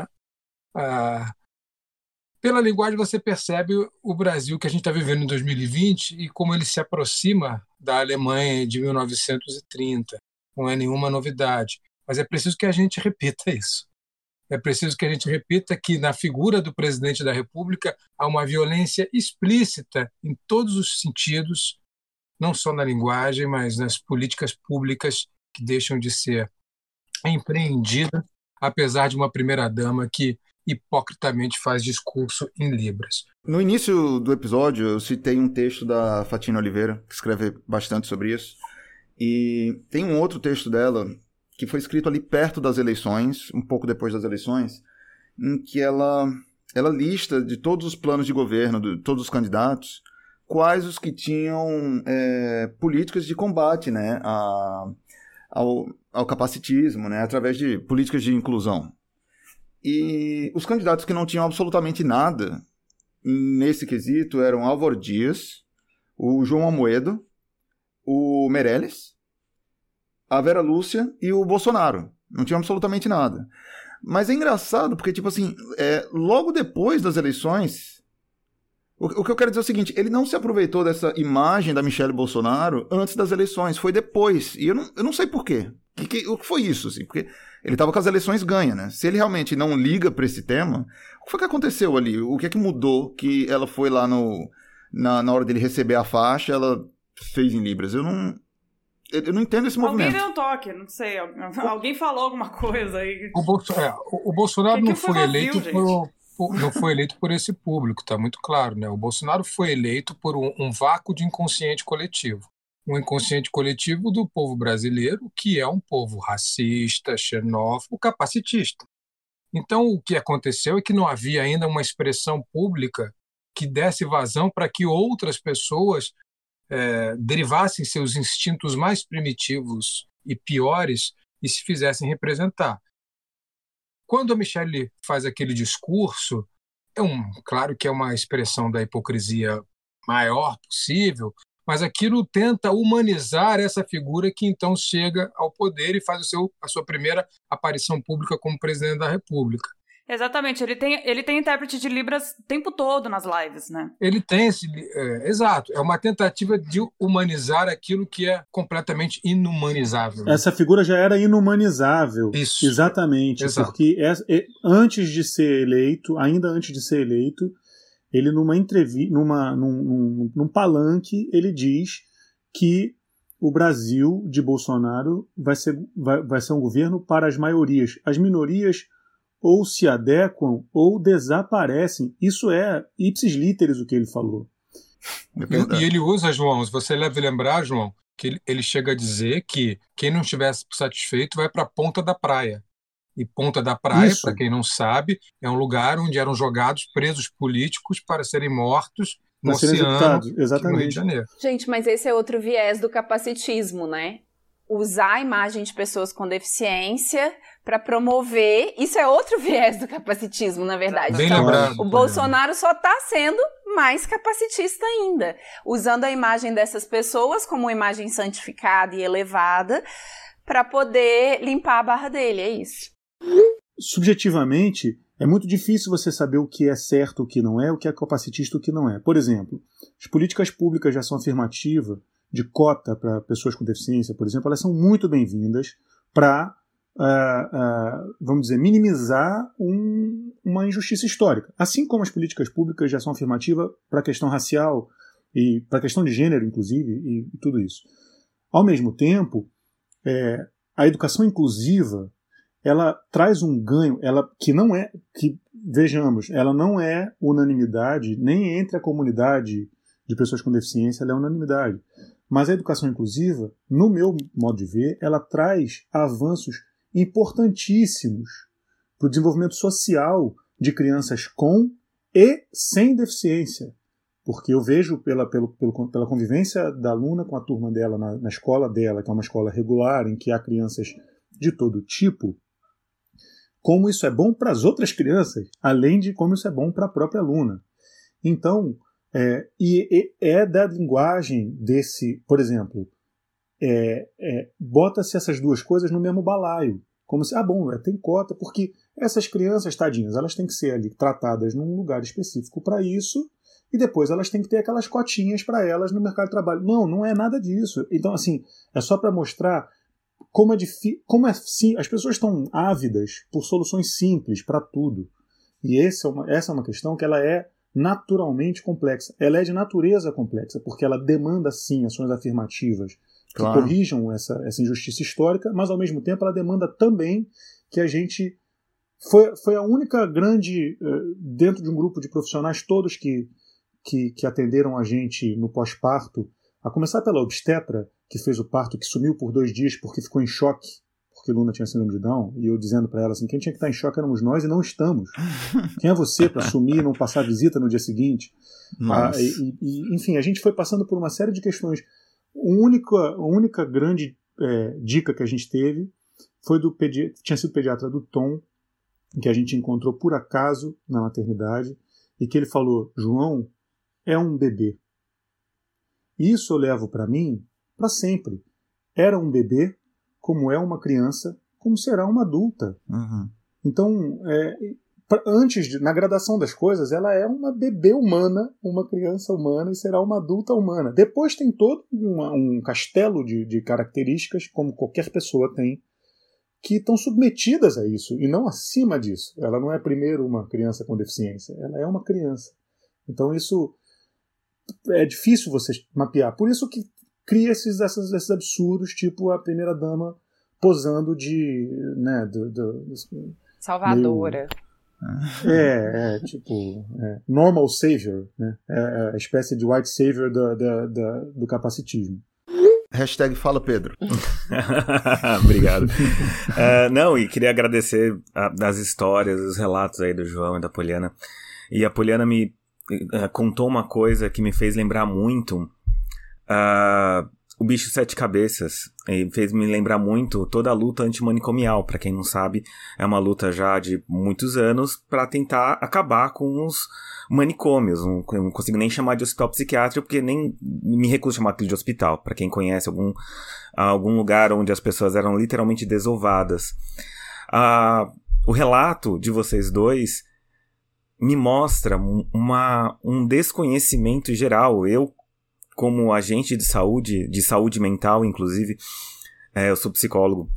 Pela linguagem você percebe o Brasil que a gente está vivendo em 2020 e como ele se aproxima da Alemanha de 1930. Não é nenhuma novidade, mas é preciso que a gente repita isso. É preciso que a gente repita que na figura do presidente da República há uma violência explícita em todos os sentidos não só na linguagem, mas nas políticas públicas que deixam de ser empreendidas, apesar de uma primeira-dama que hipocritamente faz discurso em Libras. No início do episódio, eu citei um texto da Fatina Oliveira, que escreve bastante sobre isso, e tem um outro texto dela que foi escrito ali perto das eleições, um pouco depois das eleições, em que ela lista de todos os planos de governo, de todos os candidatos, quais os que tinham políticas de combate, né, ao capacitismo, né, através de políticas de inclusão. E os candidatos que não tinham absolutamente nada nesse quesito eram Álvaro Dias, o João Amoedo, o Meirelles, a Vera Lúcia e o Bolsonaro. Não tinham absolutamente nada. Mas é engraçado porque, tipo assim, logo depois das eleições, o que eu quero dizer é o seguinte, ele não se aproveitou dessa imagem da Michelle Bolsonaro antes das eleições, foi depois. E eu não sei por quê. O que foi isso, assim? Porque ele estava com as eleições ganhas, né? Se ele realmente não liga para esse tema, o que foi que aconteceu ali? O que é que mudou que ela foi lá na hora dele receber a faixa, ela fez em Libras? Eu não entendo esse movimento. Alguém deu um toque, não sei. Alguém falou alguma coisa aí. O Bolsonaro não foi eleito vazio, não foi eleito por esse público, está muito claro, né? O Bolsonaro foi eleito por um vácuo de inconsciente coletivo. Um inconsciente coletivo do povo brasileiro, que é um povo racista, xenófobo, capacitista. Então, o que aconteceu é que não havia ainda uma expressão pública que desse vazão para que outras pessoas derivassem seus instintos mais primitivos e piores e se fizessem representar. Quando a Michelle faz aquele discurso, claro que é uma expressão da hipocrisia maior possível, mas aquilo tenta humanizar essa figura que então chega ao poder e faz a sua primeira aparição pública como presidente da República. Exatamente, ele tem intérprete de Libras o tempo todo nas lives, né? Ele tem exato, é uma tentativa de humanizar aquilo que é completamente inumanizável. Essa figura já era inumanizável. Isso. Exatamente, Exato. porque antes de ser eleito, ainda antes de ser eleito, ele numa entrevista, num palanque, ele diz que o Brasil de Bolsonaro vai ser um governo para as maiorias. As minorias ou se adequam ou desaparecem. Isso é ipsis literis o que ele falou. E ele usa, João, se você deve lembrar, João, que ele chega a dizer que quem não estiver satisfeito vai para a ponta da praia. E Ponta da Praia, para quem não sabe, é um lugar onde eram jogados presos políticos para serem mortos no oceano, no Rio de Janeiro. Gente, mas esse é outro viés do capacitismo, né? Usar a imagem de pessoas com deficiência para promover... Isso é outro viés do capacitismo, na verdade. Bem então, lembrado. O Bolsonaro só está sendo mais capacitista ainda, usando a imagem dessas pessoas como uma imagem santificada e elevada para poder limpar a barra dele, é isso. Subjetivamente, é muito difícil você saber o que é certo, o que não é, o que é capacitista, o que não é. Por exemplo, as políticas públicas de ação afirmativa, de cota para pessoas com deficiência, por exemplo, elas são muito bem-vindas para, vamos dizer, minimizar uma injustiça histórica. Assim como as políticas públicas de ação afirmativa para a questão racial e para a questão de gênero, inclusive, e tudo isso. Ao mesmo tempo, a educação inclusiva ela traz um ganho, vejamos, ela não é unanimidade, nem entre a comunidade de pessoas com deficiência, ela é unanimidade. Mas a educação inclusiva, no meu modo de ver, ela traz avanços importantíssimos para o desenvolvimento social de crianças com e sem deficiência. Porque eu vejo pela convivência da aluna com a turma dela na escola dela, que é uma escola regular, em que há crianças de todo tipo, como isso é bom para as outras crianças, além de como isso é bom para a própria aluna. Então, é da linguagem desse, por exemplo, bota-se essas duas coisas no mesmo balaio. Como se, tem cota, porque essas crianças, tadinhas, elas têm que ser ali tratadas num lugar específico para isso, e depois elas têm que ter aquelas cotinhas para elas no mercado de trabalho. Não é nada disso. Então, assim, é só para mostrar como é difícil, as pessoas estão ávidas por soluções simples para tudo. E essa é uma questão que ela é naturalmente complexa. Ela é de natureza complexa, porque ela demanda, sim, ações afirmativas que Claro. corrijam essa injustiça histórica, mas, ao mesmo tempo, ela demanda também que a gente... Foi a única grande... dentro de um grupo de profissionais, todos que atenderam a gente no pós-parto, a começar pela obstetra, que fez o parto, que sumiu por 2 dias porque ficou em choque, porque Luna tinha síndrome de Down, e eu dizendo para ela assim, quem tinha que estar em choque éramos nós e não estamos. Quem é você para sumir e não passar visita no dia seguinte? Enfim, a gente foi passando por uma série de questões. A única grande dica que a gente teve foi tinha sido pediatra do Tom, que a gente encontrou por acaso na maternidade, e que ele falou, João, é um bebê. Isso eu levo para mim para sempre. Era um bebê, como é uma criança, como será uma adulta. Uhum. Então, na gradação das coisas, ela é uma bebê humana, uma criança humana, e será uma adulta humana. Depois tem todo um castelo de características, como qualquer pessoa tem, que estão submetidas a isso, e não acima disso. Ela não é primeiro uma criança com deficiência, ela é uma criança. Então isso é difícil você mapear. Por isso que cria esses absurdos, tipo a primeira-dama posando de... Né, Salvadora. normal savior, né? É a espécie de white savior do capacitismo. Hashtag Fala Pedro. Obrigado. Não, e queria agradecer as histórias, os relatos aí do João e da Poliana. E a Poliana me contou uma coisa que me fez lembrar muito o Bicho Sete Cabeças. E fez me lembrar muito toda a luta antimanicomial. Para quem não sabe, é uma luta já de muitos anos para tentar acabar com os manicômios. Não consigo nem chamar de hospital psiquiátrico, porque nem me recuso a chamar aquilo de hospital. Para quem conhece algum lugar onde as pessoas eram literalmente desovadas. O relato de vocês dois me mostra um desconhecimento geral. Eu, como agente de saúde mental, inclusive, eu sou psicólogo,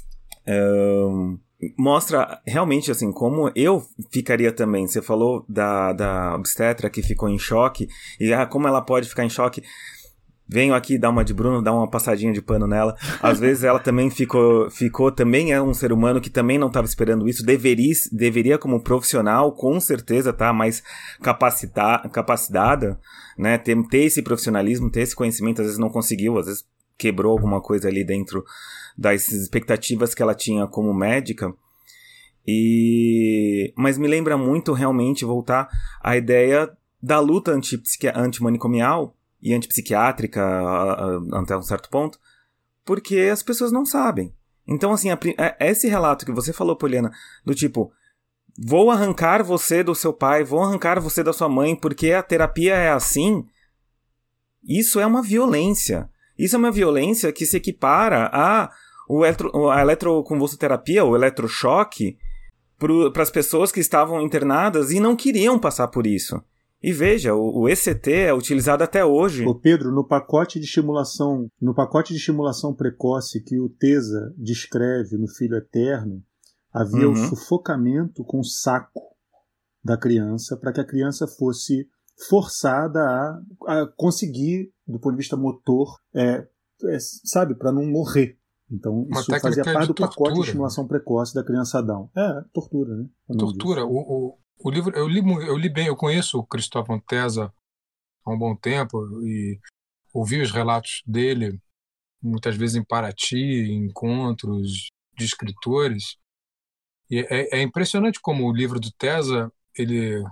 mostra realmente assim como eu ficaria também. Você falou da obstetra que ficou em choque, e como ela pode ficar em choque. Venho aqui dar uma de Bruno, dar uma passadinha de pano nela. Às vezes ela também ficou também é um ser humano que também não estava esperando isso. Deveria como profissional, com certeza, tá mais capacitada, né? Ter esse profissionalismo, ter esse conhecimento. Às vezes não conseguiu, às vezes quebrou alguma coisa ali dentro das expectativas que ela tinha como médica. Mas me lembra muito realmente voltar à ideia da luta antimanicomial e antipsiquiátrica até um certo ponto, porque as pessoas não sabem. Então, assim, esse relato que você falou, Poliana, do tipo, vou arrancar você do seu pai, vou arrancar você da sua mãe, porque a terapia é assim, isso é uma violência. Isso é uma violência que se equipara a eletroconvulsoterapia, o eletrochoque, para as pessoas que estavam internadas e não queriam passar por isso. E veja, o ECT é utilizado até hoje. Ô Pedro, no pacote de estimulação precoce que o TESA descreve no Filho Eterno, havia o sufocamento com o saco da criança para que a criança fosse forçada a conseguir, do ponto de vista motor, sabe, para não morrer. Então, uma isso fazia parte do pacote de tortura. Estimulação precoce da criança Down. Tortura, né? Tortura. O livro, eu li bem, eu conheço o Cristóvão Tesa há um bom tempo e ouvi os relatos dele, muitas vezes em Paraty, em encontros de escritores. E é impressionante como o livro do Tesa, ele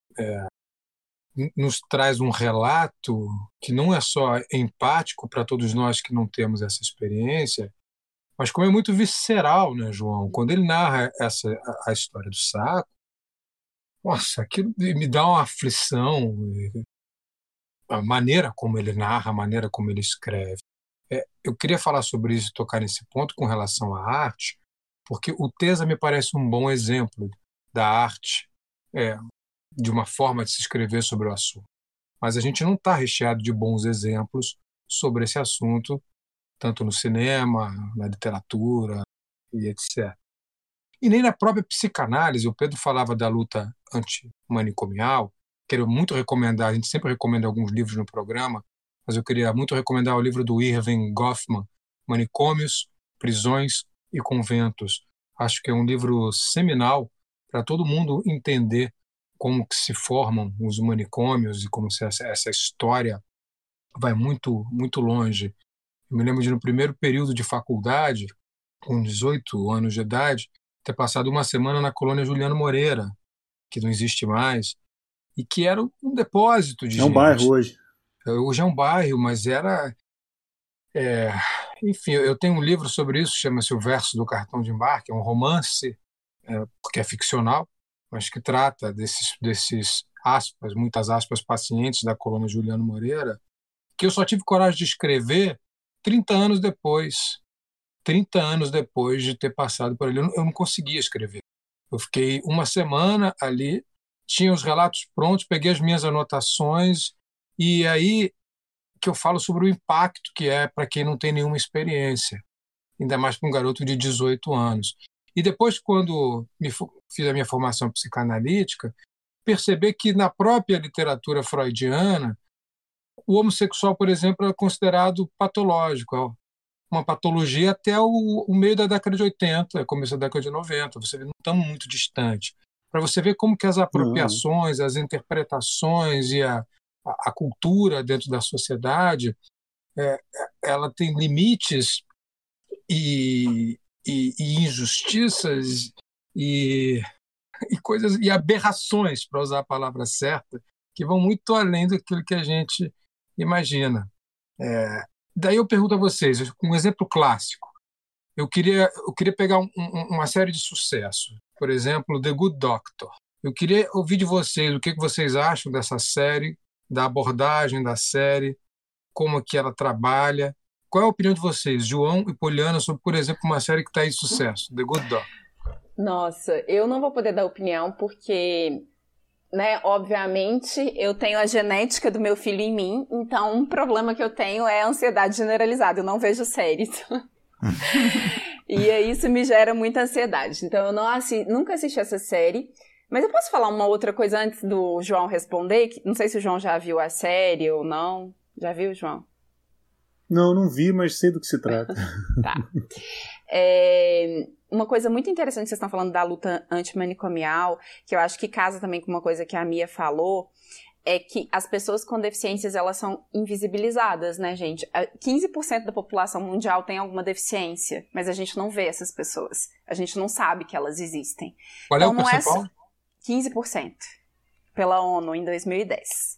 nos traz um relato que não é só empático para todos nós que não temos essa experiência, mas como é muito visceral, né, João? Quando ele narra a história do saco, nossa, aquilo me dá uma aflição, a maneira como ele narra, a maneira como ele escreve. Eu queria falar sobre isso, tocar nesse ponto com relação à arte, porque o Tesa me parece um bom exemplo da arte, de uma forma de se escrever sobre o assunto. Mas a gente não está recheado de bons exemplos sobre esse assunto, tanto no cinema, na literatura e etc. E nem na própria psicanálise. O Pedro falava da luta antimanicomial, quero muito recomendar, a gente sempre recomenda alguns livros no programa, mas eu queria muito recomendar o livro do Irving Goffman, Manicômios, Prisões e Conventos. Acho que é um livro seminal para todo mundo entender como que se formam os manicômios e como se essa história vai muito, muito longe. Eu me lembro de, no primeiro período de faculdade, com 18 anos de idade, ter passado uma semana na colônia Juliano Moreira, que não existe mais, e que era um depósito de gente. É um bairro hoje. Hoje é um bairro, mas era... Enfim, eu tenho um livro sobre isso, chama-se O Verso do Cartão de Embarque, é um romance, que é ficcional, mas que trata desses aspas, muitas aspas, pacientes da colônia Juliano Moreira, que eu só tive coragem de escrever 30 anos depois. 30 anos depois de ter passado por ali, eu não conseguia escrever. Eu fiquei uma semana ali, tinha os relatos prontos, peguei as minhas anotações, e aí que eu falo sobre o impacto que é para quem não tem nenhuma experiência, ainda mais para um garoto de 18 anos. E depois, quando fiz a minha formação psicanalítica, perceber que na própria literatura freudiana, o homossexual, por exemplo, é considerado patológico, uma patologia até o meio da década de 80, começo da década de 90. Você vê, não estamos muito distante. Para você ver como que as apropriações, as interpretações e a cultura dentro da sociedade, ela tem limites e injustiças e coisas e aberrações, para usar a palavra certa, que vão muito além daquilo que a gente imagina. Daí eu pergunto a vocês, um exemplo clássico. Eu queria pegar uma série de sucesso. Por exemplo, The Good Doctor. Eu queria ouvir de vocês o que vocês acham dessa série, da abordagem da série, como é que ela trabalha. Qual é a opinião de vocês, João e Poliana, sobre, por exemplo, uma série que está aí de sucesso, The Good Doctor? Nossa, eu não vou poder dar opinião porque... obviamente, eu tenho a genética do meu filho em mim, então um problema que eu tenho é a ansiedade generalizada, eu não vejo séries. E aí isso me gera muita ansiedade. Então eu nunca assisti essa série, mas eu posso falar uma outra coisa antes do João responder? Não sei se o João já viu a série ou não. Já viu, João? Não vi, mas sei do que se trata. Tá. Uma coisa muito interessante que vocês estão falando da luta antimanicomial, que eu acho que casa também com uma coisa que a Mia falou, é que as pessoas com deficiências, elas são invisibilizadas, né, gente? 15% da população mundial tem alguma deficiência, mas a gente não vê essas pessoas. A gente não sabe que elas existem. Qual é o percentual? 15%, pela ONU em 2010.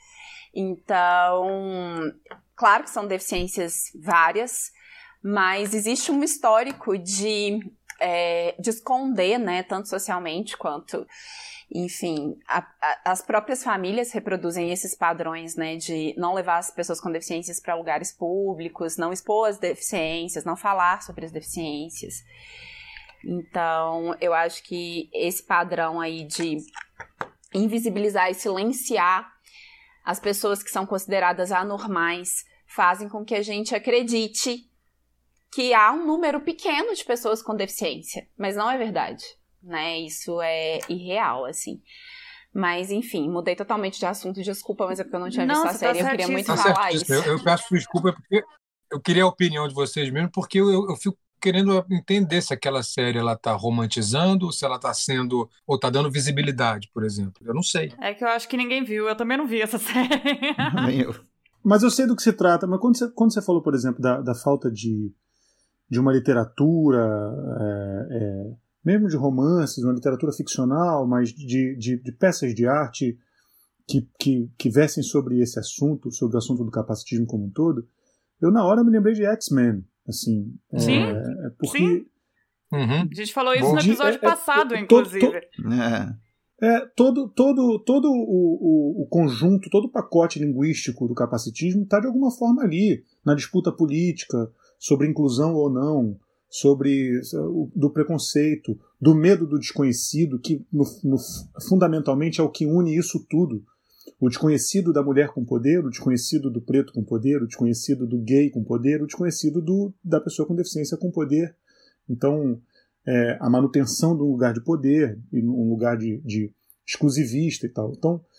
Então, claro que são deficiências várias, mas existe um histórico de esconder, né, tanto socialmente quanto, enfim, as próprias famílias reproduzem esses padrões, né, de não levar as pessoas com deficiências para lugares públicos, não expor as deficiências, não falar sobre as deficiências. Então, eu acho que esse padrão aí de invisibilizar e silenciar as pessoas que são consideradas anormais fazem com que a gente acredite que há um número pequeno de pessoas com deficiência, mas não é verdade, né? Isso é irreal, assim. Mas, enfim, mudei totalmente de assunto, desculpa, mas é porque eu não tinha visto a série, eu queria muito falar isso. Eu peço desculpa porque eu queria a opinião de vocês mesmo, porque eu fico querendo entender se aquela série ela tá romantizando, se ela tá sendo, ou tá dando visibilidade, por exemplo. Eu não sei. É que eu acho que ninguém viu, eu também não vi essa série. Nem eu. Mas eu sei do que se trata, mas quando você falou, por exemplo, da falta de uma literatura, mesmo de romances, uma literatura ficcional, mas de peças de arte que versem sobre esse assunto, sobre o assunto do capacitismo como um todo, eu na hora me lembrei de X-Men, assim. Sim, porque sim. Uhum. A gente falou isso no episódio passado, inclusive. Todo o conjunto, todo o pacote linguístico do capacitismo está de alguma forma ali, na disputa política, sobre inclusão ou não, do preconceito, do medo do desconhecido, que fundamentalmente é o que une isso tudo. O desconhecido da mulher com poder, o desconhecido do preto com poder, o desconhecido do gay com poder, o desconhecido da pessoa com deficiência com poder. Então, a manutenção de um lugar de poder, e um lugar de exclusivista e tal. Então,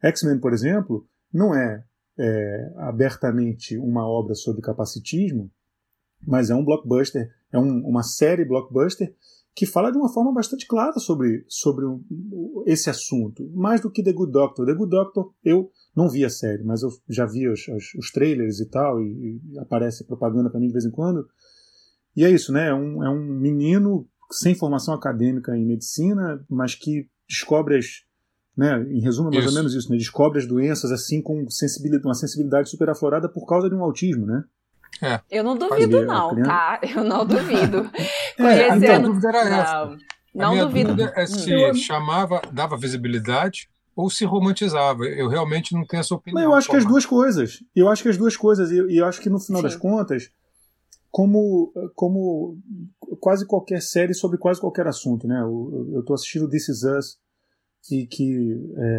X-Men, por exemplo, não é abertamente uma obra sobre capacitismo, mas é um blockbuster, é uma série blockbuster que fala de uma forma bastante clara sobre esse assunto, mais do que The Good Doctor. The Good Doctor, eu não vi a série, mas eu já vi os trailers e tal, e aparece propaganda para mim de vez em quando. E é isso, né? É um menino sem formação acadêmica em medicina, mas que descobre né? Em resumo, é mais ou menos isso, né? Descobre as doenças assim com uma sensibilidade super aflorada por causa de um autismo, né? Eu não duvido, não, tá? Eu não duvido. A minha dúvida era essa. Não a minha duvido. dúvida é se dava visibilidade ou se romantizava. Eu realmente não tenho essa opinião. Mas eu acho que as duas coisas. E eu acho que no final das contas, como quase qualquer série sobre quase qualquer assunto, né? Eu estou assistindo This Is Us, e que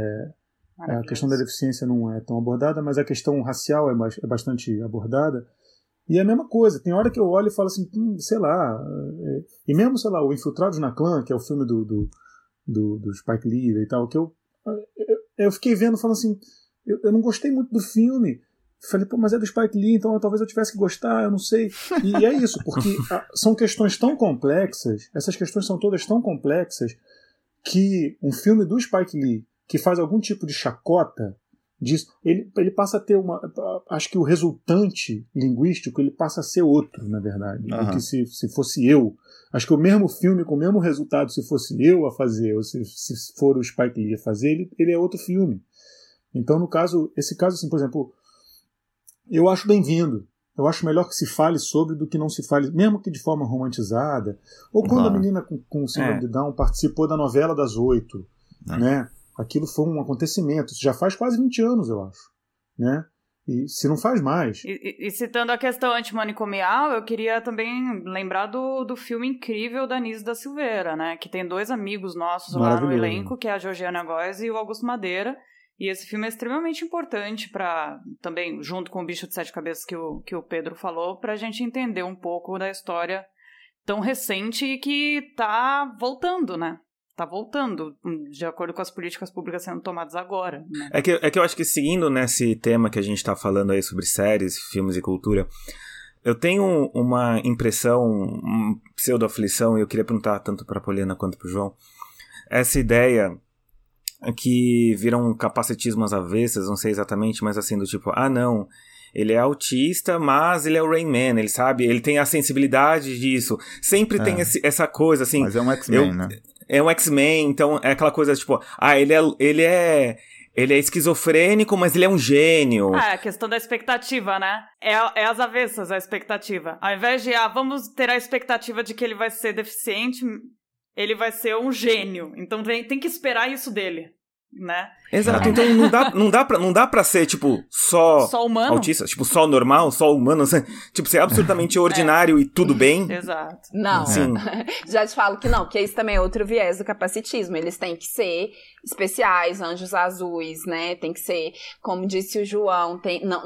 a questão da deficiência não é tão abordada, mas a questão racial é bastante abordada. E é a mesma coisa, tem hora que eu olho e falo assim, sei lá, e mesmo, sei lá, o Infiltrados na Clã, que é o filme do Spike Lee e tal, que eu fiquei vendo, falando assim, eu não gostei muito do filme. Falei, mas é do Spike Lee, então talvez eu tivesse que gostar, eu não sei. E é isso, porque são questões tão complexas, essas questões são todas tão complexas, que um filme do Spike Lee, que faz algum tipo de chacota disso, ele passa a ter acho que o resultante linguístico ele passa a ser outro, na verdade, do que se fosse eu. Acho que o mesmo filme com o mesmo resultado, se fosse eu a fazer, ou se for o Spike Lee a fazer, ele é outro filme. Então, no caso, esse caso, assim, por exemplo, eu acho bem-vindo. Eu acho melhor que se fale sobre do que não se fale, mesmo que de forma romantizada. Ou quando a menina com síndrome de Down participou da novela das 8, né? Aquilo foi um acontecimento. Isso já faz quase 20 anos, eu acho. Né? E se não faz mais. E citando a questão antimanicomial, eu queria também lembrar do filme incrível da Anísio da Silveira, né? Que tem 2 amigos nossos lá no elenco, que é a Georgiana Góes e o Augusto Madeira. E esse filme é extremamente importante para, também, junto com o Bicho de 7 Cabeças que o Pedro falou, para a gente entender um pouco da história tão recente e que tá voltando, né? Tá voltando, de acordo com as políticas públicas sendo tomadas agora. Né? É que eu acho que seguindo nesse tema que a gente tá falando aí sobre séries, filmes e cultura, eu tenho uma impressão, uma pseudo-aflição, e eu queria perguntar tanto pra Poliana quanto pro João, essa ideia que viram capacitismo às avessas, não sei exatamente, mas assim, do tipo, não, ele é autista, mas ele é o Rain Man, ele sabe, ele tem a sensibilidade disso, sempre tem essa coisa, assim... Mas é um X-Men, né? É um X-Men, então é aquela coisa, tipo, ele é esquizofrênico, mas ele é um gênio. A questão da expectativa, né? É as avessas a expectativa. Ao invés de, vamos ter a expectativa de que ele vai ser deficiente... Ele vai ser um gênio. Então tem que esperar isso dele, né? Exato. Então não dá pra ser, tipo, só humano? Autista, tipo, só normal, só humano. Tipo, ser absolutamente ordinário e tudo bem. Exato. Não. Sim. Já te falo que não, porque isso também é outro viés do capacitismo. Eles têm que ser especiais, anjos azuis, né? Tem que ser, como disse o João,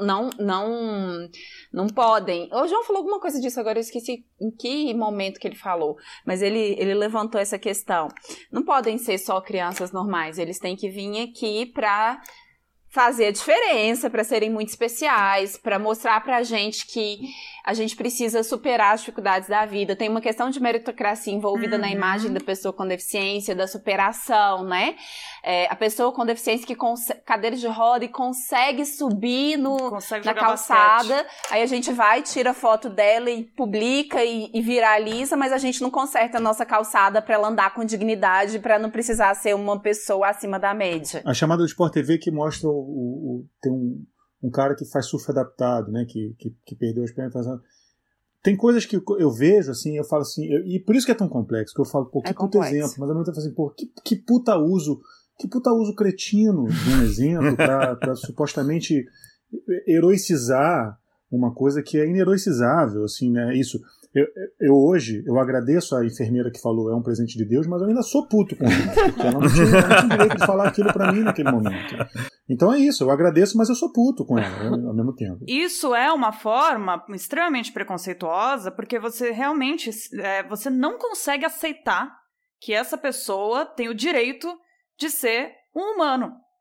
não podem... O João falou alguma coisa disso, agora eu esqueci em que momento que ele falou, mas ele levantou essa questão. Não podem ser só crianças normais, eles têm que vir aqui para fazer a diferença, para serem muito especiais, para mostrar pra gente que a gente precisa superar as dificuldades da vida. Tem uma questão de meritocracia envolvida na imagem da pessoa com deficiência, da superação, né? A pessoa com deficiência que cadeira de roda e consegue subir na calçada, aí a gente vai, tira foto dela e publica e viraliza, mas a gente não conserta a nossa calçada para ela andar com dignidade, para não precisar ser uma pessoa acima da média. A chamada do Sport TV que mostra tem um cara que faz surf adaptado, né, que perdeu as pernas. Tem coisas que eu vejo, assim, eu falo assim, e por isso que é tão complexo, que eu falo, que puta exemplo, mas ao mesmo tempo assim, que puta uso cretino de um exemplo pra supostamente heroicizar uma coisa que é ineroicizável, assim, né, isso. Eu hoje, eu agradeço a enfermeira que falou é um presente de Deus, mas eu ainda sou puto com isso, porque ela não tinha direito de falar aquilo pra mim naquele momento. Então é isso, eu agradeço, mas eu sou puto com ela ao mesmo tempo. Isso é uma forma extremamente preconceituosa, porque você realmente você não consegue aceitar que essa pessoa tem o direito de ser um humano,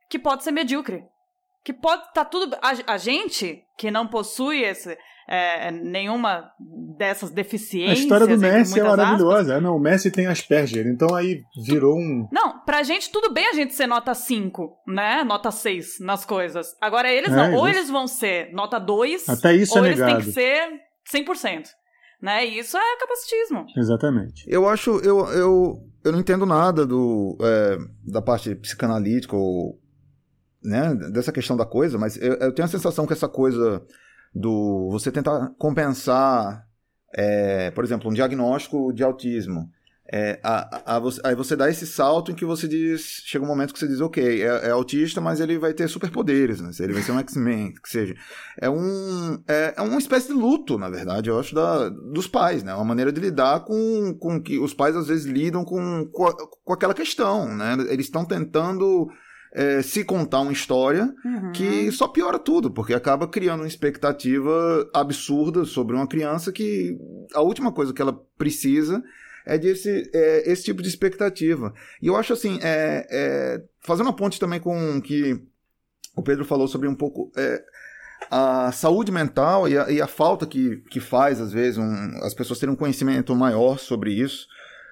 que pode ser medíocre. Que pode estar tudo... A gente que não possui nenhuma dessas deficiências... A história do Messi é maravilhosa. O Messi tem Asperger, então aí virou um... Não, pra gente tudo bem a gente ser nota 5, né? Nota 6 nas coisas. Agora eles não. Ou eles vão ser nota 2, até isso ou é eles negado. têm que ser 100%. Né? E isso é capacitismo. Exatamente. Eu acho... Eu não entendo nada da parte psicanalítica ou... Né, dessa questão da coisa, mas eu tenho a sensação que essa coisa do você tentar compensar, por exemplo, um diagnóstico de autismo, aí você dá esse salto em que você diz, chega um momento que você diz, ok, é autista, mas ele vai ter superpoderes, né? Ele vai ser um X-Men, que seja. É uma espécie de luto, na verdade, eu acho, dos pais, né? Uma maneira de lidar com que os pais às vezes lidam com aquela questão, né? Eles estão tentando se contar uma história que só piora tudo, porque acaba criando uma expectativa absurda sobre uma criança que a última coisa que ela precisa é esse tipo de expectativa. E eu acho assim, fazendo uma ponte também com o que o Pedro falou sobre um pouco a saúde mental e a falta que faz, às vezes, as pessoas terem um conhecimento maior sobre isso.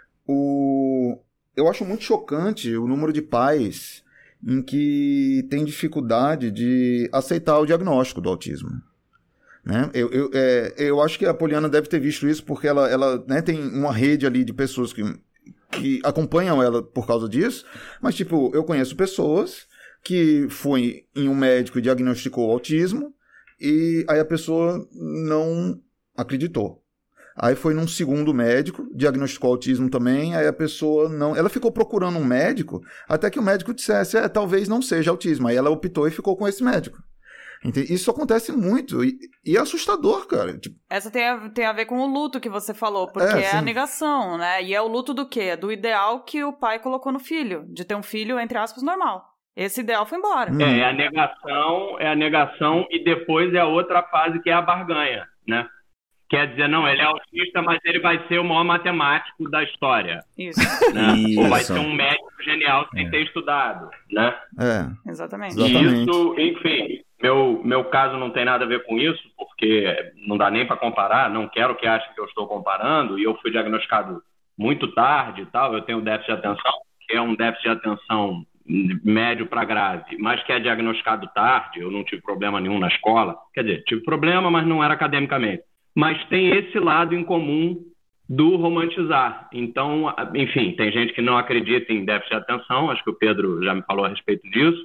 Eu acho muito chocante o número de pais em que tem dificuldade de aceitar o diagnóstico do autismo. Né? Eu acho que a Poliana deve ter visto isso porque ela né, tem uma rede ali de pessoas que acompanham ela por causa disso, mas tipo, eu conheço pessoas que foi em um médico e diagnosticou autismo e aí a pessoa não acreditou. Aí foi num segundo médico, diagnosticou autismo também, aí a pessoa não... Ela ficou procurando um médico, até que o médico dissesse, talvez não seja autismo. Aí ela optou e ficou com esse médico. Isso acontece muito, e é assustador, cara. Tipo... Essa tem a ver com o luto que você falou, porque é a negação, né? E é o luto do quê? Do ideal que o pai colocou no filho, de ter um filho, entre aspas, normal. Esse ideal foi embora. É a negação, e depois é a outra fase que é a barganha, né? Quer dizer, não, ele é autista, mas ele vai ser o maior matemático da história. Isso. Né? Isso. Ou vai ser um médico genial sem ter estudado, né? Exatamente. Isso, enfim, meu caso não tem nada a ver com isso, porque não dá nem para comparar, não quero que achem que eu estou comparando, e eu fui diagnosticado muito tarde e tal, eu tenho déficit de atenção, que é um déficit de atenção médio para grave, mas que é diagnosticado tarde, eu não tive problema nenhum na escola, quer dizer, tive problema, mas não era academicamente. Mas tem esse lado em comum do romantizar. Então, enfim, tem gente que não acredita em déficit de atenção, acho que o Pedro já me falou a respeito disso.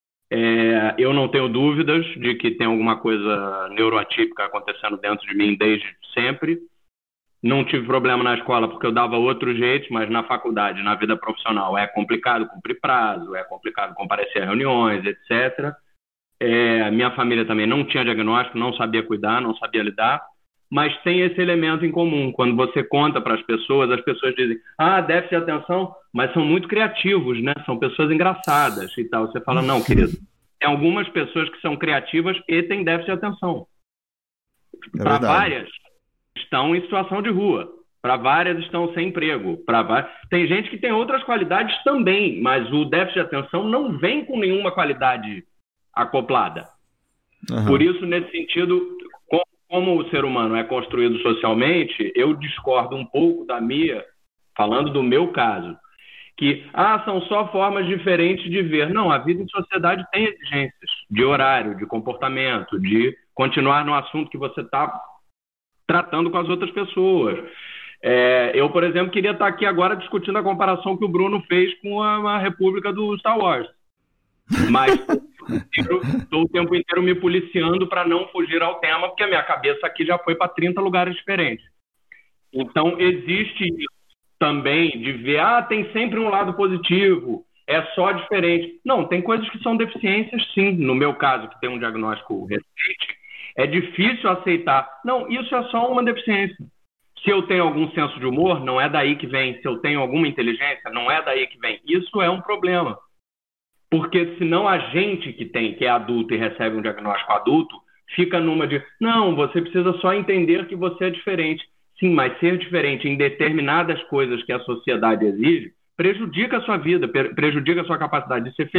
Eu não tenho dúvidas de que tem alguma coisa neuroatípica acontecendo dentro de mim desde sempre. Não tive problema na escola porque eu dava outro jeito, mas na faculdade, na vida profissional, é complicado cumprir prazo, é complicado comparecer a reuniões, etc. Minha família também não tinha diagnóstico, não sabia cuidar, não sabia lidar. Mas tem esse elemento em comum. Quando você conta para as pessoas dizem, déficit de atenção, mas são muito criativos, né? São pessoas engraçadas e tal. Você fala, não, querido, tem algumas pessoas que são criativas e têm déficit de atenção. Para várias, estão em situação de rua. Para várias, estão sem emprego. Tem gente que tem outras qualidades também, mas o déficit de atenção não vem com nenhuma qualidade acoplada. Por isso, nesse sentido... Como o ser humano é construído socialmente, eu discordo um pouco da Mia, falando do meu caso, que são só formas diferentes de ver. Não, a vida em sociedade tem exigências de horário, de comportamento, de continuar no assunto que você está tratando com as outras pessoas. Eu, por exemplo, queria estar aqui agora discutindo a comparação que o Bruno fez com a República do Star Wars. Mas estou o tempo inteiro me policiando para não fugir ao tema, porque a minha cabeça aqui já foi para 30 lugares diferentes. Então, existe também de ver, tem sempre um lado positivo, é só diferente. Não, tem coisas que são deficiências, sim. No meu caso, que tem um diagnóstico recente, é difícil aceitar. Não, isso é só uma deficiência. Se eu tenho algum senso de humor, não é daí que vem. Se eu tenho alguma inteligência, não é daí que vem. Isso é um problema. Porque senão a gente que é adulto e recebe um diagnóstico adulto, fica numa de, não, você precisa só entender que você é diferente. Sim, mas ser diferente em determinadas coisas que a sociedade exige prejudica a sua vida, prejudica a sua capacidade de ser feliz,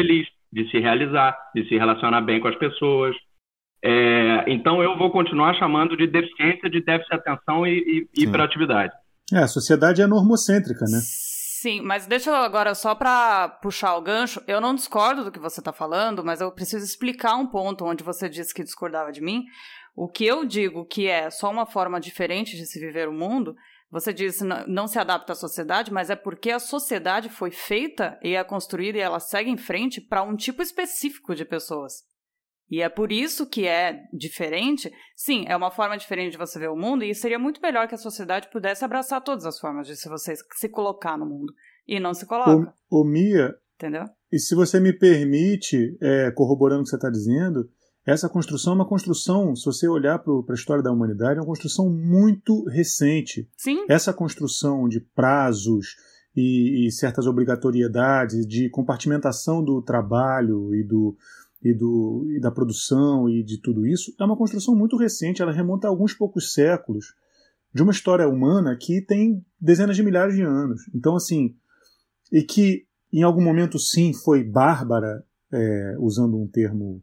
de se realizar, de se relacionar bem com as pessoas. Então eu vou continuar chamando de deficiência de déficit de atenção e hiperatividade. A sociedade é normocêntrica, né? Sim, mas deixa eu agora, só para puxar o gancho, eu não discordo do que você está falando, mas eu preciso explicar um ponto onde você disse que discordava de mim. O que eu digo que é só uma forma diferente de se viver o mundo, você disse não se adapta à sociedade, mas é porque a sociedade foi feita e é construída e ela segue em frente para um tipo específico de pessoas. E é por isso que é diferente. Sim, é uma forma diferente de você ver o mundo e seria muito melhor que a sociedade pudesse abraçar todas as formas de você se colocar no mundo. E não se coloca. Ô Mia, entendeu? E se você me permite, corroborando o que você está dizendo, essa construção é uma construção, se você olhar para a história da humanidade, é uma construção muito recente. Sim. Essa construção de prazos e certas obrigatoriedades, de compartimentação do trabalho e da produção e de tudo isso, é uma construção muito recente, ela remonta a alguns poucos séculos de uma história humana que tem dezenas de milhares de anos. Então, assim, e que em algum momento, sim, foi bárbara, usando um termo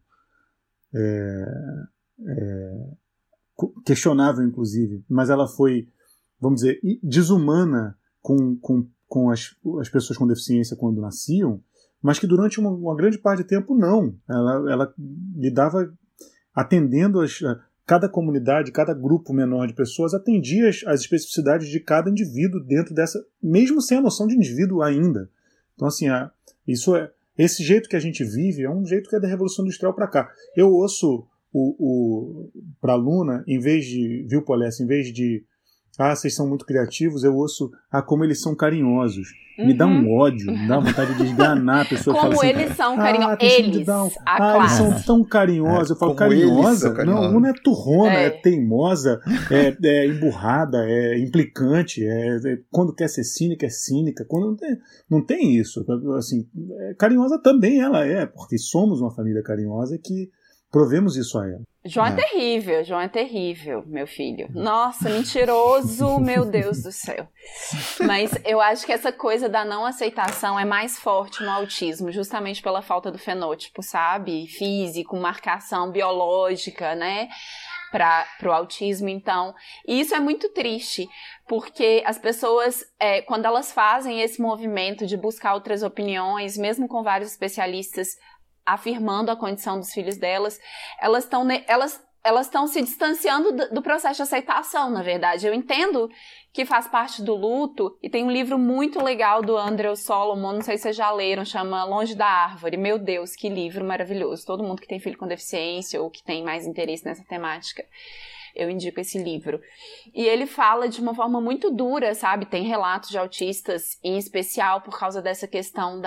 questionável, inclusive, mas ela foi, vamos dizer, desumana com as pessoas com deficiência quando nasciam, mas que durante uma grande parte de tempo não. Ela lidava atendendo cada comunidade, cada grupo menor de pessoas, atendia as especificidades de cada indivíduo dentro dessa, mesmo sem a noção de indivíduo ainda. Então, assim, esse jeito que a gente vive é um jeito que é da Revolução Industrial para cá. Eu ouço para a Luna, em vez de, viu, Polessa, em vez de vocês são muito criativos, eu ouço como eles são carinhosos. Me dá um ódio, me dá vontade de esganar a pessoa. Como fala assim, eles são carinhosos. Eles são tão carinhosos. Eu falo, carinhosa? Não é turrona, é teimosa, é emburrada, é implicante, quando quer ser cínica, é cínica. Quando não tem isso. Assim, carinhosa também ela porque somos uma família carinhosa que provemos isso a ela. João é terrível, meu filho. Nossa, mentiroso, meu Deus do céu. Mas eu acho que essa coisa da não aceitação é mais forte no autismo, justamente pela falta do fenótipo, sabe? Físico, marcação biológica, né? Para o autismo, então. E isso é muito triste, porque as pessoas, quando elas fazem esse movimento de buscar outras opiniões, mesmo com vários especialistas afirmando a condição dos filhos delas, elas estão se distanciando do processo de aceitação, na verdade. Eu entendo que faz parte do luto, e tem um livro muito legal do Andrew Solomon, não sei se vocês já leram, chama Longe da Árvore. Meu Deus, que livro maravilhoso. Todo mundo que tem filho com deficiência ou que tem mais interesse nessa temática, eu indico esse livro. E ele fala de uma forma muito dura, sabe? Tem relatos de autistas, em especial por causa dessa questão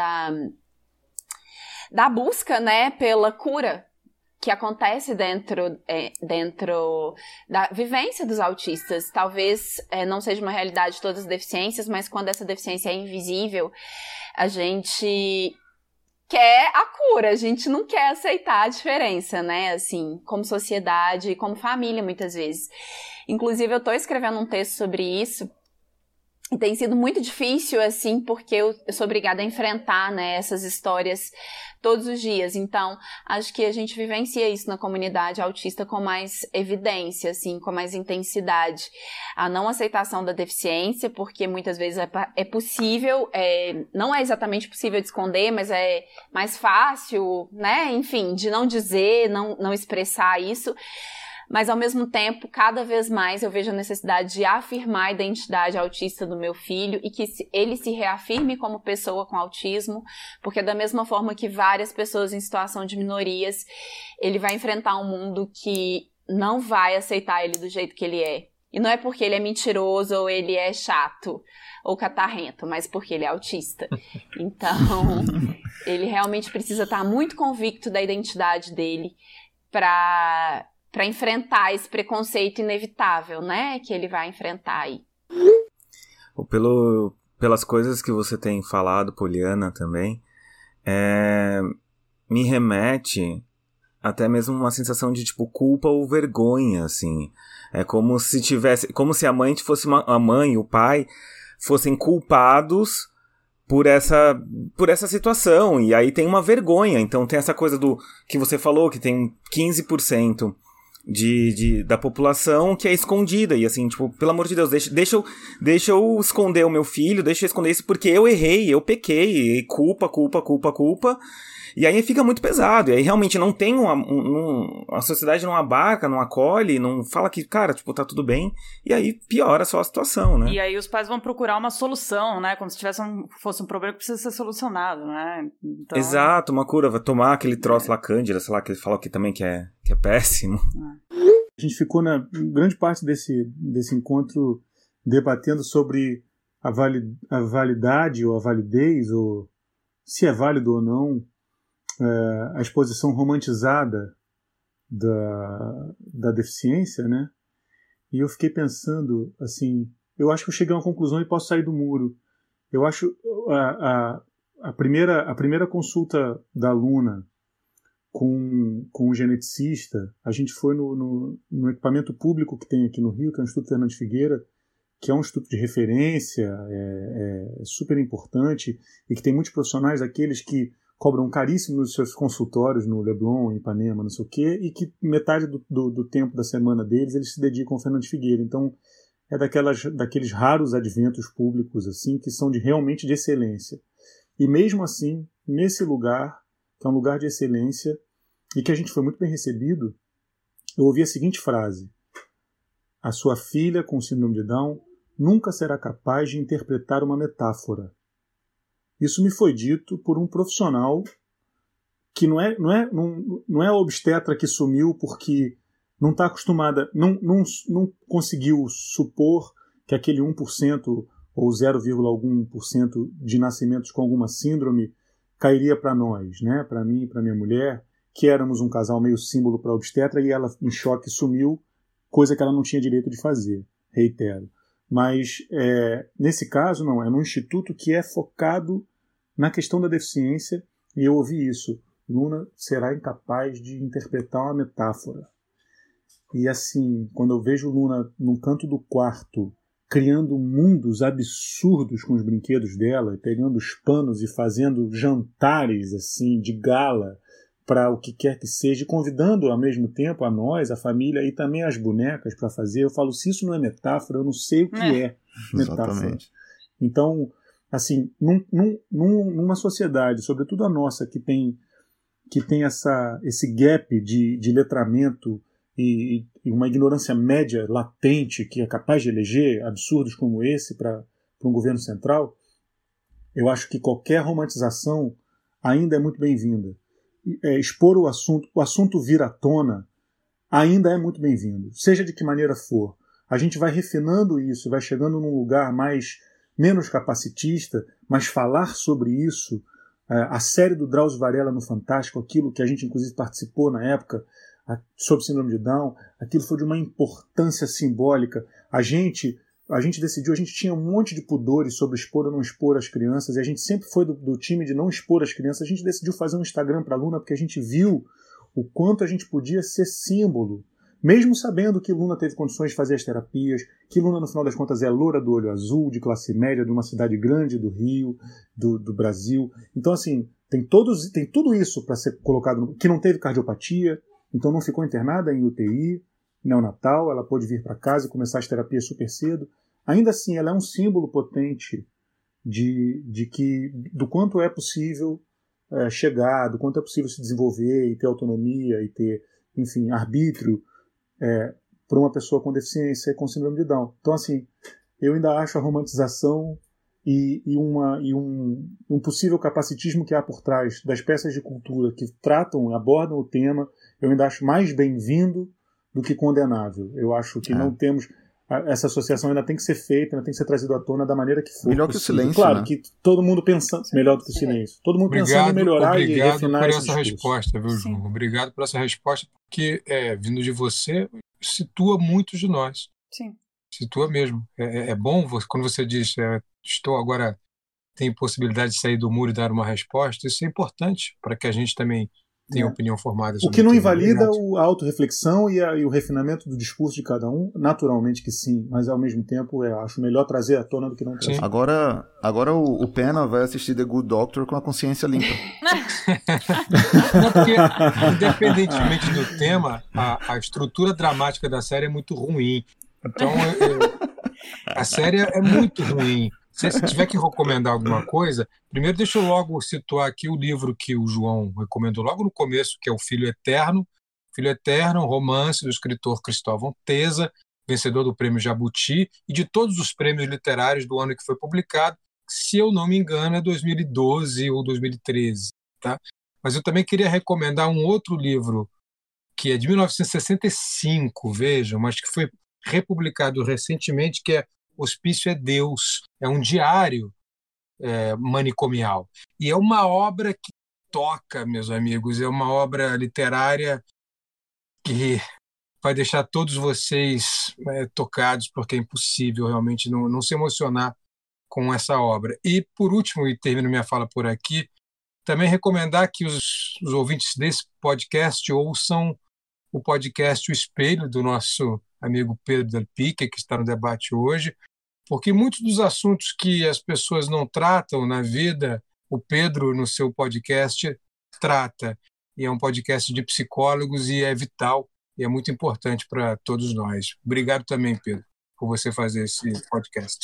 da busca, né, pela cura que acontece dentro da vivência dos autistas. Talvez não seja uma realidade de todas as deficiências, mas quando essa deficiência é invisível, a gente quer a cura, a gente não quer aceitar a diferença, né, assim, como sociedade e como família, muitas vezes. Inclusive, eu tô escrevendo um texto sobre isso, e tem sido muito difícil, assim, porque eu sou obrigada a enfrentar, né, essas histórias todos os dias. Então, acho que a gente vivencia isso na comunidade autista com mais evidência, assim, com mais intensidade. A não aceitação da deficiência, porque muitas vezes é possível, não é exatamente possível de esconder, mas é mais fácil, né, enfim, de não dizer, não expressar isso. Mas, ao mesmo tempo, cada vez mais eu vejo a necessidade de afirmar a identidade autista do meu filho e que ele se reafirme como pessoa com autismo, porque da mesma forma que várias pessoas em situação de minorias, ele vai enfrentar um mundo que não vai aceitar ele do jeito que ele é. E não é porque ele é mentiroso ou ele é chato ou catarrento, mas porque ele é autista. Então, ele realmente precisa estar muito convicto da identidade dele para enfrentar esse preconceito inevitável, né, que ele vai enfrentar aí. Pelas coisas que você tem falado, Poliana, também, me remete até mesmo uma sensação de, tipo, culpa ou vergonha, assim. É como se a mãe fosse a mãe e o pai fossem culpados por essa situação. E aí tem uma vergonha. Então tem essa coisa do que você falou, que tem 15% da população que é escondida. E assim, tipo, pelo amor de Deus, deixa eu esconder o meu filho, deixa eu esconder isso porque eu errei, eu pequei, e culpa. E aí fica muito pesado, e aí realmente não tem a sociedade não abarca, não acolhe, não fala que, cara, tipo, tá tudo bem, e aí piora só a situação, né? E aí os pais vão procurar uma solução, né, como se fosse um problema que precisa ser solucionado, né? Então... Exato, uma cura, vai tomar aquele troço lá, cândida, sei lá, que ele fala que também que é péssimo. A gente ficou na grande parte desse encontro debatendo sobre a validade ou a validez, ou se é válido ou não, a exposição romantizada da deficiência, né? E eu fiquei pensando, assim, eu acho que eu cheguei a uma conclusão e posso sair do muro. Eu acho a primeira consulta da Luna com um geneticista, a gente foi no equipamento público que tem aqui no Rio, que é o Instituto Fernandes Figueira, que é um instituto de referência, é super importante, e que tem muitos profissionais, aqueles que cobram caríssimo nos seus consultórios no Leblon, em Ipanema, não sei o quê, e que metade do tempo da semana deles eles se dedicam ao Fernandes Figueira. Então, é daqueles raros adventos públicos assim que são realmente de excelência. E mesmo assim, nesse lugar, que é um lugar de excelência, e que a gente foi muito bem recebido, eu ouvi a seguinte frase: a sua filha com síndrome de Down nunca será capaz de interpretar uma metáfora. Isso me foi dito por um profissional que não é a obstetra que sumiu porque não está acostumada, não conseguiu supor que aquele 1% ou 0, algum por cento de nascimentos com alguma síndrome cairia para nós, né? Para mim e para minha mulher, que éramos um casal meio símbolo para a obstetra, e ela em choque sumiu, coisa que ela não tinha direito de fazer, reitero. Mas nesse caso não, é num instituto que é focado na questão da deficiência, e eu ouvi isso: Luna será incapaz de interpretar uma metáfora. E assim, quando eu vejo Luna num canto do quarto, criando mundos absurdos com os brinquedos dela, pegando os panos e fazendo jantares assim de gala para o que quer que seja, e convidando ao mesmo tempo a nós, a família e também as bonecas para fazer, eu falo, se isso não é metáfora, eu não sei o que é metáfora. Exatamente. Então, assim, numa sociedade, sobretudo a nossa, que tem esse gap de letramento e uma ignorância média latente que é capaz de eleger absurdos como esse para um governo central, eu acho que qualquer romantização ainda é muito bem-vinda. Expor o assunto vir à tona, ainda é muito bem-vindo, seja de que maneira for. A gente vai refinando isso, vai chegando num lugar menos capacitista, mas falar sobre isso, a série do Drauzio Varela no Fantástico, aquilo que a gente inclusive participou na época, sobre síndrome de Down, aquilo foi de uma importância simbólica. A gente decidiu, a gente tinha um monte de pudores sobre expor ou não expor as crianças, e a gente sempre foi do time de não expor as crianças. A gente decidiu fazer um Instagram para a Luna porque a gente viu o quanto a gente podia ser símbolo, mesmo sabendo que Luna teve condições de fazer as terapias, que Luna, no final das contas, é loura do olho azul, de classe média, de uma cidade grande do Rio, do Brasil. Então, assim, tem tudo isso para ser colocado, que não teve cardiopatia, então não ficou internada em UTI neonatal, ela pôde vir para casa e começar as terapias super cedo. Ainda assim, ela é um símbolo potente do quanto é possível chegar, do quanto é possível se desenvolver e ter autonomia e ter, enfim, arbítrio para uma pessoa com deficiência, com síndrome de Down. Então, assim, eu ainda acho a romantização e um possível capacitismo que há por trás das peças de cultura que abordam o tema, eu ainda acho mais bem-vindo do que condenável. Eu acho que não temos... Essa associação ainda tem que ser feita, ainda tem que ser trazida à tona da maneira que for. Melhor possível. Que o silêncio, claro, né? que todo mundo pensando... Melhor do que o silêncio. Todo mundo pensando em melhorar e refinar esse discurso. Obrigado por essa resposta, viu, João? Obrigado por essa resposta, porque, vindo de você, situa muitos de nós. Sim. Situa mesmo. É bom quando você diz, tenho possibilidade de sair do muro e dar uma resposta, isso é importante para que a gente também tem opinião formada O sobre que não tema. invalida Obrigado. a autorreflexão e o refinamento do discurso de cada um, naturalmente que sim, mas ao mesmo tempo acho melhor trazer à tona do que não trazer. Sim. Agora o Pena vai assistir The Good Doctor com a consciência limpa. Não, porque, independentemente do tema, a estrutura dramática da série é muito ruim. Então, a série é muito ruim. Se tiver que recomendar alguma coisa, primeiro deixa eu logo situar aqui o livro que o João recomendou logo no começo, que é O Filho Eterno. Filho Eterno, um romance do escritor Cristóvão Teza, vencedor do Prêmio Jabuti e de todos os prêmios literários do ano que foi publicado, se eu não me engano é 2012 ou 2013. Tá? Mas eu também queria recomendar um outro livro que é de 1965, vejam, mas que foi republicado recentemente, que é Hospício é Deus. É um diário manicomial. E é uma obra que toca, meus amigos, é uma obra literária que vai deixar todos vocês tocados, porque é impossível realmente não se emocionar com essa obra. E, por último, e termino minha fala por aqui, também recomendar que os ouvintes desse podcast ouçam o podcast O Espelho, do nosso amigo Pedro Del Pique, que está no debate hoje, porque muitos dos assuntos que as pessoas não tratam na vida, o Pedro, no seu podcast, trata. E é um podcast de psicólogos e é vital e é muito importante para todos nós. Obrigado também, Pedro, por você fazer esse podcast.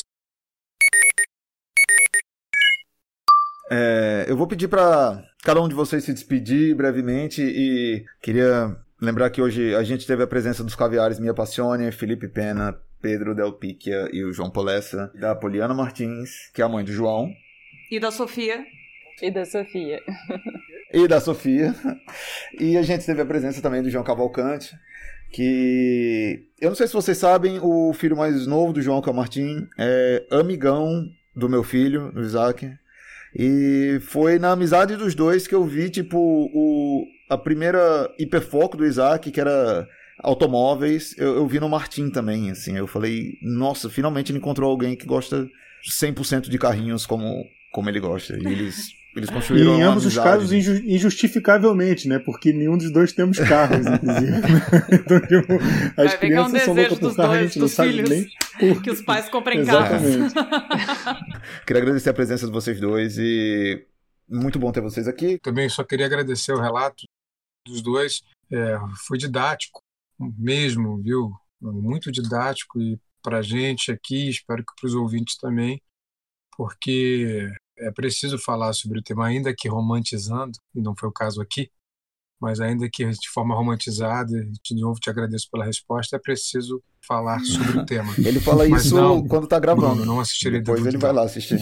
Eu vou pedir para cada um de vocês se despedir brevemente e queria lembrar que hoje a gente teve a presença dos caviares Mia Passione, Felipe Pena, Pedro Del Picchia e o João Polessa, da Poliana Martins, que é a mãe do João. E da Sofia. E da Sofia. E da Sofia. E a gente teve a presença também do João Cavalcante, que... Eu não sei se vocês sabem, o filho mais novo do João, que é o Martim, é amigão do meu filho, do Isaac. E foi na amizade dos dois que eu vi, tipo, a primeira hiperfoco do Isaac, que era automóveis, eu vi no Martim também, assim. Eu falei, nossa, finalmente ele encontrou alguém que gosta 100% de carrinhos como ele gosta. E eles construíram e em uma ambos os amizade. casos injustificavelmente, né? Porque nenhum dos dois temos carros, inclusive. Então, tipo, as Vai ver que é um crianças são loucas desejo por carro, a gente não dos sabe filhos nem por que os pais comprem carros. Exatamente. Queria agradecer a presença de vocês dois e muito bom ter vocês aqui. Também só queria agradecer o relato dos dois. Foi didático mesmo, viu? Muito didático e para a gente aqui, espero que para os ouvintes também, porque é preciso falar sobre o tema, ainda que romantizando, e não foi o caso aqui, mas ainda que de forma romantizada, de novo te agradeço pela resposta, é preciso falar sobre o tema. Ele fala Mas isso não, quando tá gravando. Não assistirei depois ele vai lá assistir.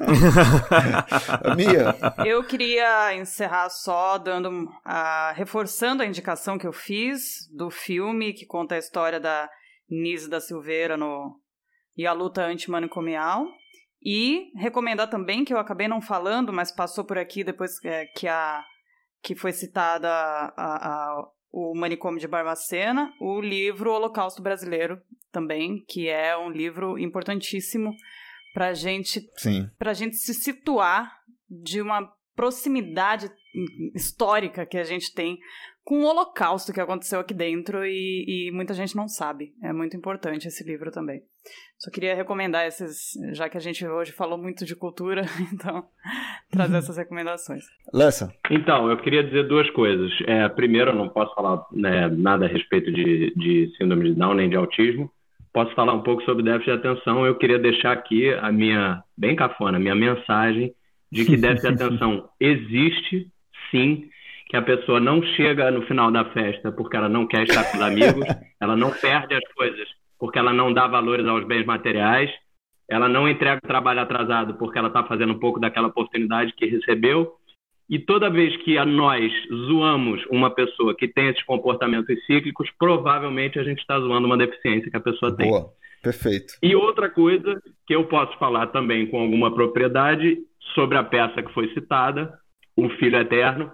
Mia? Eu queria encerrar só reforçando a indicação que eu fiz do filme que conta a história da Nise da Silveira e a luta antimanicomial. E recomendar também, que eu acabei não falando, mas passou por aqui depois que foi citada o Manicômio de Barbacena, o livro Holocausto Brasileiro também, que é um livro importantíssimo para a gente se situar de uma proximidade histórica que a gente tem com o Holocausto que aconteceu aqui dentro e muita gente não sabe. É muito importante esse livro também. Só queria recomendar esses, já que a gente hoje falou muito de cultura, então trazer essas recomendações. Lessa? Então, eu queria dizer duas coisas. Primeiro, eu não posso falar nada a respeito de síndrome de Down nem de autismo. Posso falar um pouco sobre déficit de atenção. Eu queria deixar aqui a minha, bem cafona, a minha mensagem de que déficit de atenção existe, sim, que a pessoa não chega no final da festa porque ela não quer estar com os amigos, ela não perde as coisas porque ela não dá valores aos bens materiais, ela não entrega o trabalho atrasado porque ela está fazendo um pouco daquela oportunidade que recebeu, e toda vez que nós zoamos uma pessoa que tem esses comportamentos cíclicos, provavelmente a gente está zoando uma deficiência que a pessoa tem. Boa, perfeito. E outra coisa que eu posso falar também com alguma propriedade sobre a peça que foi citada, O Filho Eterno,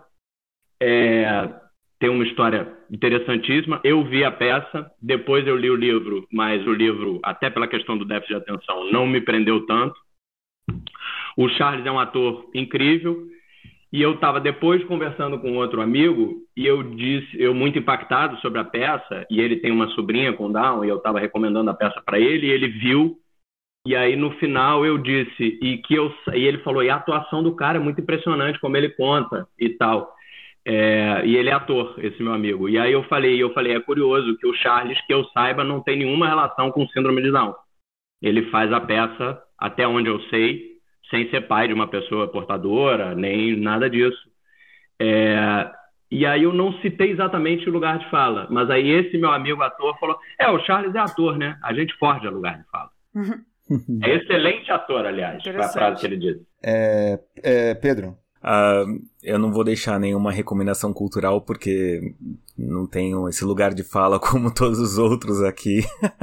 tem uma história interessantíssima. Eu vi a peça, depois eu li o livro, mas o livro, até pela questão do déficit de atenção, não me prendeu tanto. O Charles é um ator incrível E eu estava depois conversando com outro amigo e eu muito impactado sobre a peça, e ele tem uma sobrinha com Down, e eu estava recomendando a peça para ele, e ele viu, e aí no final eu disse, e ele falou, e a atuação do cara é muito impressionante, como ele conta e tal. E ele é ator, esse meu amigo. E aí eu falei, é curioso que o Charles, que eu saiba, não tem nenhuma relação com síndrome de Down. Ele faz a peça, até onde eu sei, sem ser pai de uma pessoa portadora, nem nada disso. E aí eu não citei exatamente o lugar de fala, mas aí esse meu amigo ator falou, o Charles é ator, né? A gente forja lugar de fala. É excelente ator, aliás, foi a frase que ele disse. Pedro? Eu não vou deixar nenhuma recomendação cultural porque não tenho esse lugar de fala como todos os outros aqui.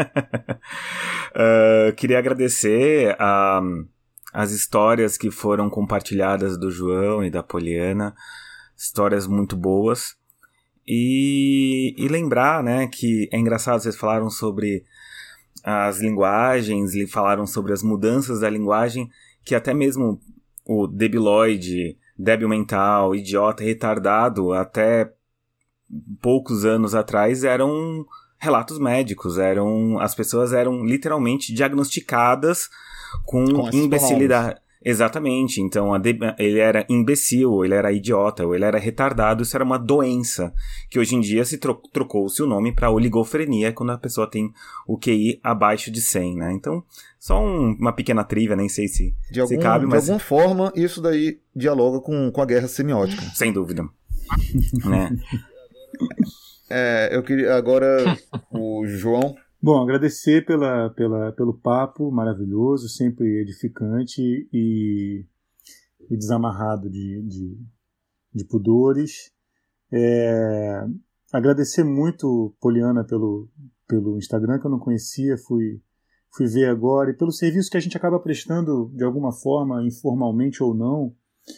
Queria agradecer as histórias que foram compartilhadas do João e da Poliana, histórias muito boas, e lembrar, né, que é engraçado, vocês falaram sobre as linguagens e falaram sobre as mudanças da linguagem, que até mesmo o debilóide, débil mental, idiota, retardado, até poucos anos atrás eram relatos médicos, as pessoas eram literalmente diagnosticadas com imbecilidade. Exatamente, então ele era imbecil, ele era idiota, ou ele era retardado, isso era uma doença, que hoje em dia se trocou-se o nome para oligofrenia, quando a pessoa tem o QI abaixo de 100, né? Então, só uma pequena trivia, nem sei se cabe, mas... De alguma forma, isso daí dialoga com a guerra semiótica. Sem dúvida. Né? Eu queria agora o João... Bom, agradecer pelo papo maravilhoso, sempre edificante e desamarrado de pudores. Agradecer muito, Poliana, pelo Instagram, que eu não conhecia, fui ver agora, e pelo serviço que a gente acaba prestando, de alguma forma, informalmente ou não,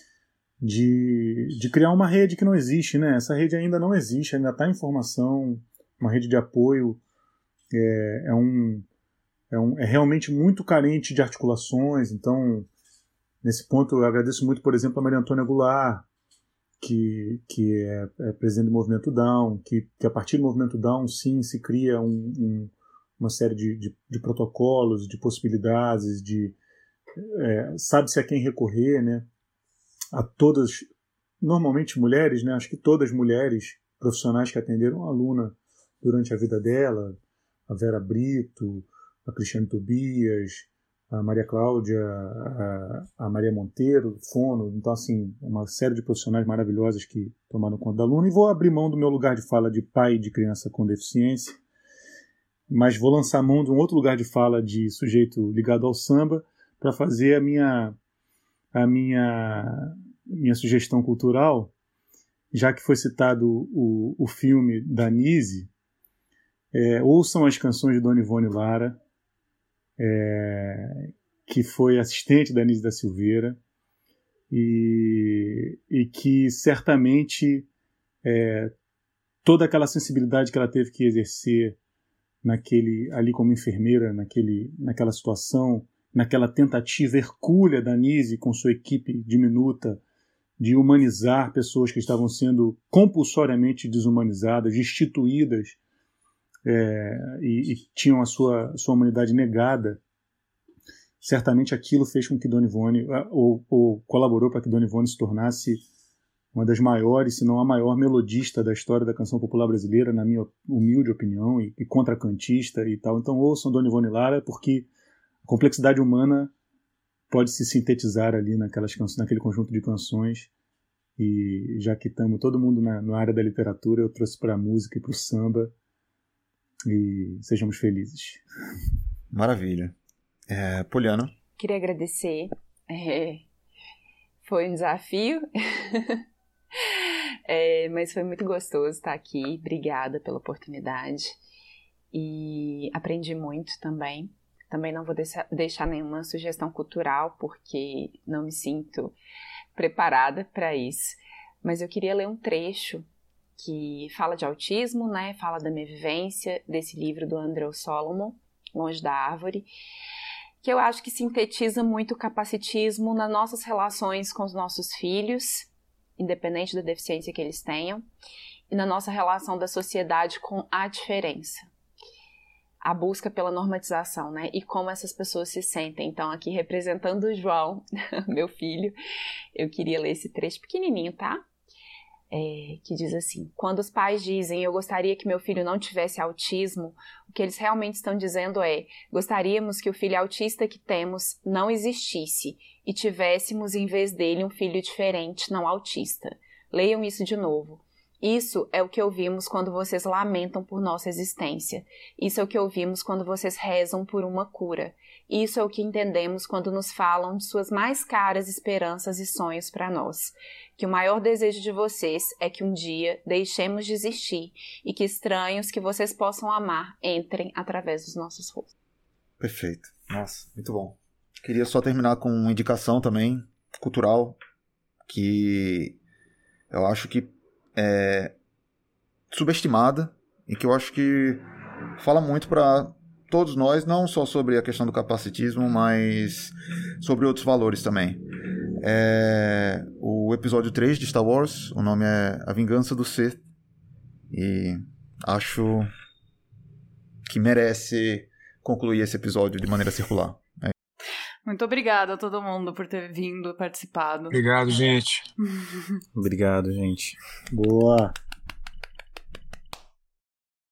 de criar uma rede que não existe, né? Essa rede ainda não existe, ainda está em formação, uma rede de apoio. É realmente muito carente de articulações. Então, nesse ponto, eu agradeço muito, por exemplo, a Maria Antônia Goulart, que é presidente do Movimento Down, que a partir do Movimento Down, sim, se cria uma série de protocolos, de possibilidades, sabe-se a quem recorrer, né? A todas, normalmente mulheres, né? Acho que todas mulheres profissionais que atenderam a aluna durante a vida dela, a Vera Brito, a Cristiane Tobias, a Maria Cláudia, a Maria Monteiro, Fono. Então, assim, uma série de profissionais maravilhosas que tomaram conta da aluna. E vou abrir mão do meu lugar de fala de pai de criança com deficiência, mas vou lançar mão de um outro lugar de fala de sujeito ligado ao samba para fazer a minha sugestão cultural, já que foi citado o filme da Nise. Ouçam as canções de Dona Ivone Lara, que foi assistente da Nise da Silveira, e que certamente toda aquela sensibilidade que ela teve que exercer ali como enfermeira, naquela situação, naquela tentativa hercúlea da Nise com sua equipe diminuta de humanizar pessoas que estavam sendo compulsoriamente desumanizadas, destituídas, e tinham a sua humanidade negada. Certamente aquilo fez com que Dona Ivone, ou colaborou para que Dona Ivone se tornasse uma das maiores, se não a maior melodista da história da canção popular brasileira, na minha humilde opinião, e contracantista e tal. Então ouçam Dona Ivone Lara, porque a complexidade humana pode se sintetizar ali naquele conjunto de canções. E já que estamos todo mundo na área da literatura, eu trouxe para a música e para o samba. E sejamos felizes. Maravilha. Poliana? Queria agradecer. Foi um desafio, mas foi muito gostoso estar aqui. Obrigada pela oportunidade. E aprendi muito também. Também não vou deixar nenhuma sugestão cultural, porque não me sinto preparada para isso. Mas eu queria ler um trecho que fala de autismo, né? Fala da minha vivência, desse livro do Andrew Solomon, Longe da Árvore, que eu acho que sintetiza muito o capacitismo nas nossas relações com os nossos filhos independente da deficiência que eles tenham, e na nossa relação da sociedade com a diferença. A busca pela normatização, né? E como essas pessoas se sentem. Então, aqui representando o João, meu filho, eu queria ler esse trecho pequenininho, tá? Que diz assim: quando os pais dizem eu gostaria que meu filho não tivesse autismo, o que eles realmente estão dizendo é: gostaríamos que o filho autista que temos não existisse e tivéssemos em vez dele um filho diferente, não autista. Leiam isso de novo. Isso é o que ouvimos quando vocês lamentam por nossa existência. Isso é o que ouvimos quando vocês rezam por uma cura. Isso é o que entendemos quando nos falam de suas mais caras esperanças e sonhos para nós. Que o maior desejo de vocês é que um dia deixemos de existir e que estranhos que vocês possam amar entrem através dos nossos rostos. Perfeito. Nossa, muito bom. Queria só terminar com uma indicação também cultural que eu acho que é subestimada e que eu acho que fala muito para todos nós, não só sobre a questão do capacitismo, mas sobre outros valores também. O episódio 3 de Star Wars, o nome é A Vingança do Sith, e acho que merece concluir esse episódio de maneira circular. Muito obrigada a todo mundo por ter vindo, participado. Obrigado, gente. Obrigado, gente. Boa.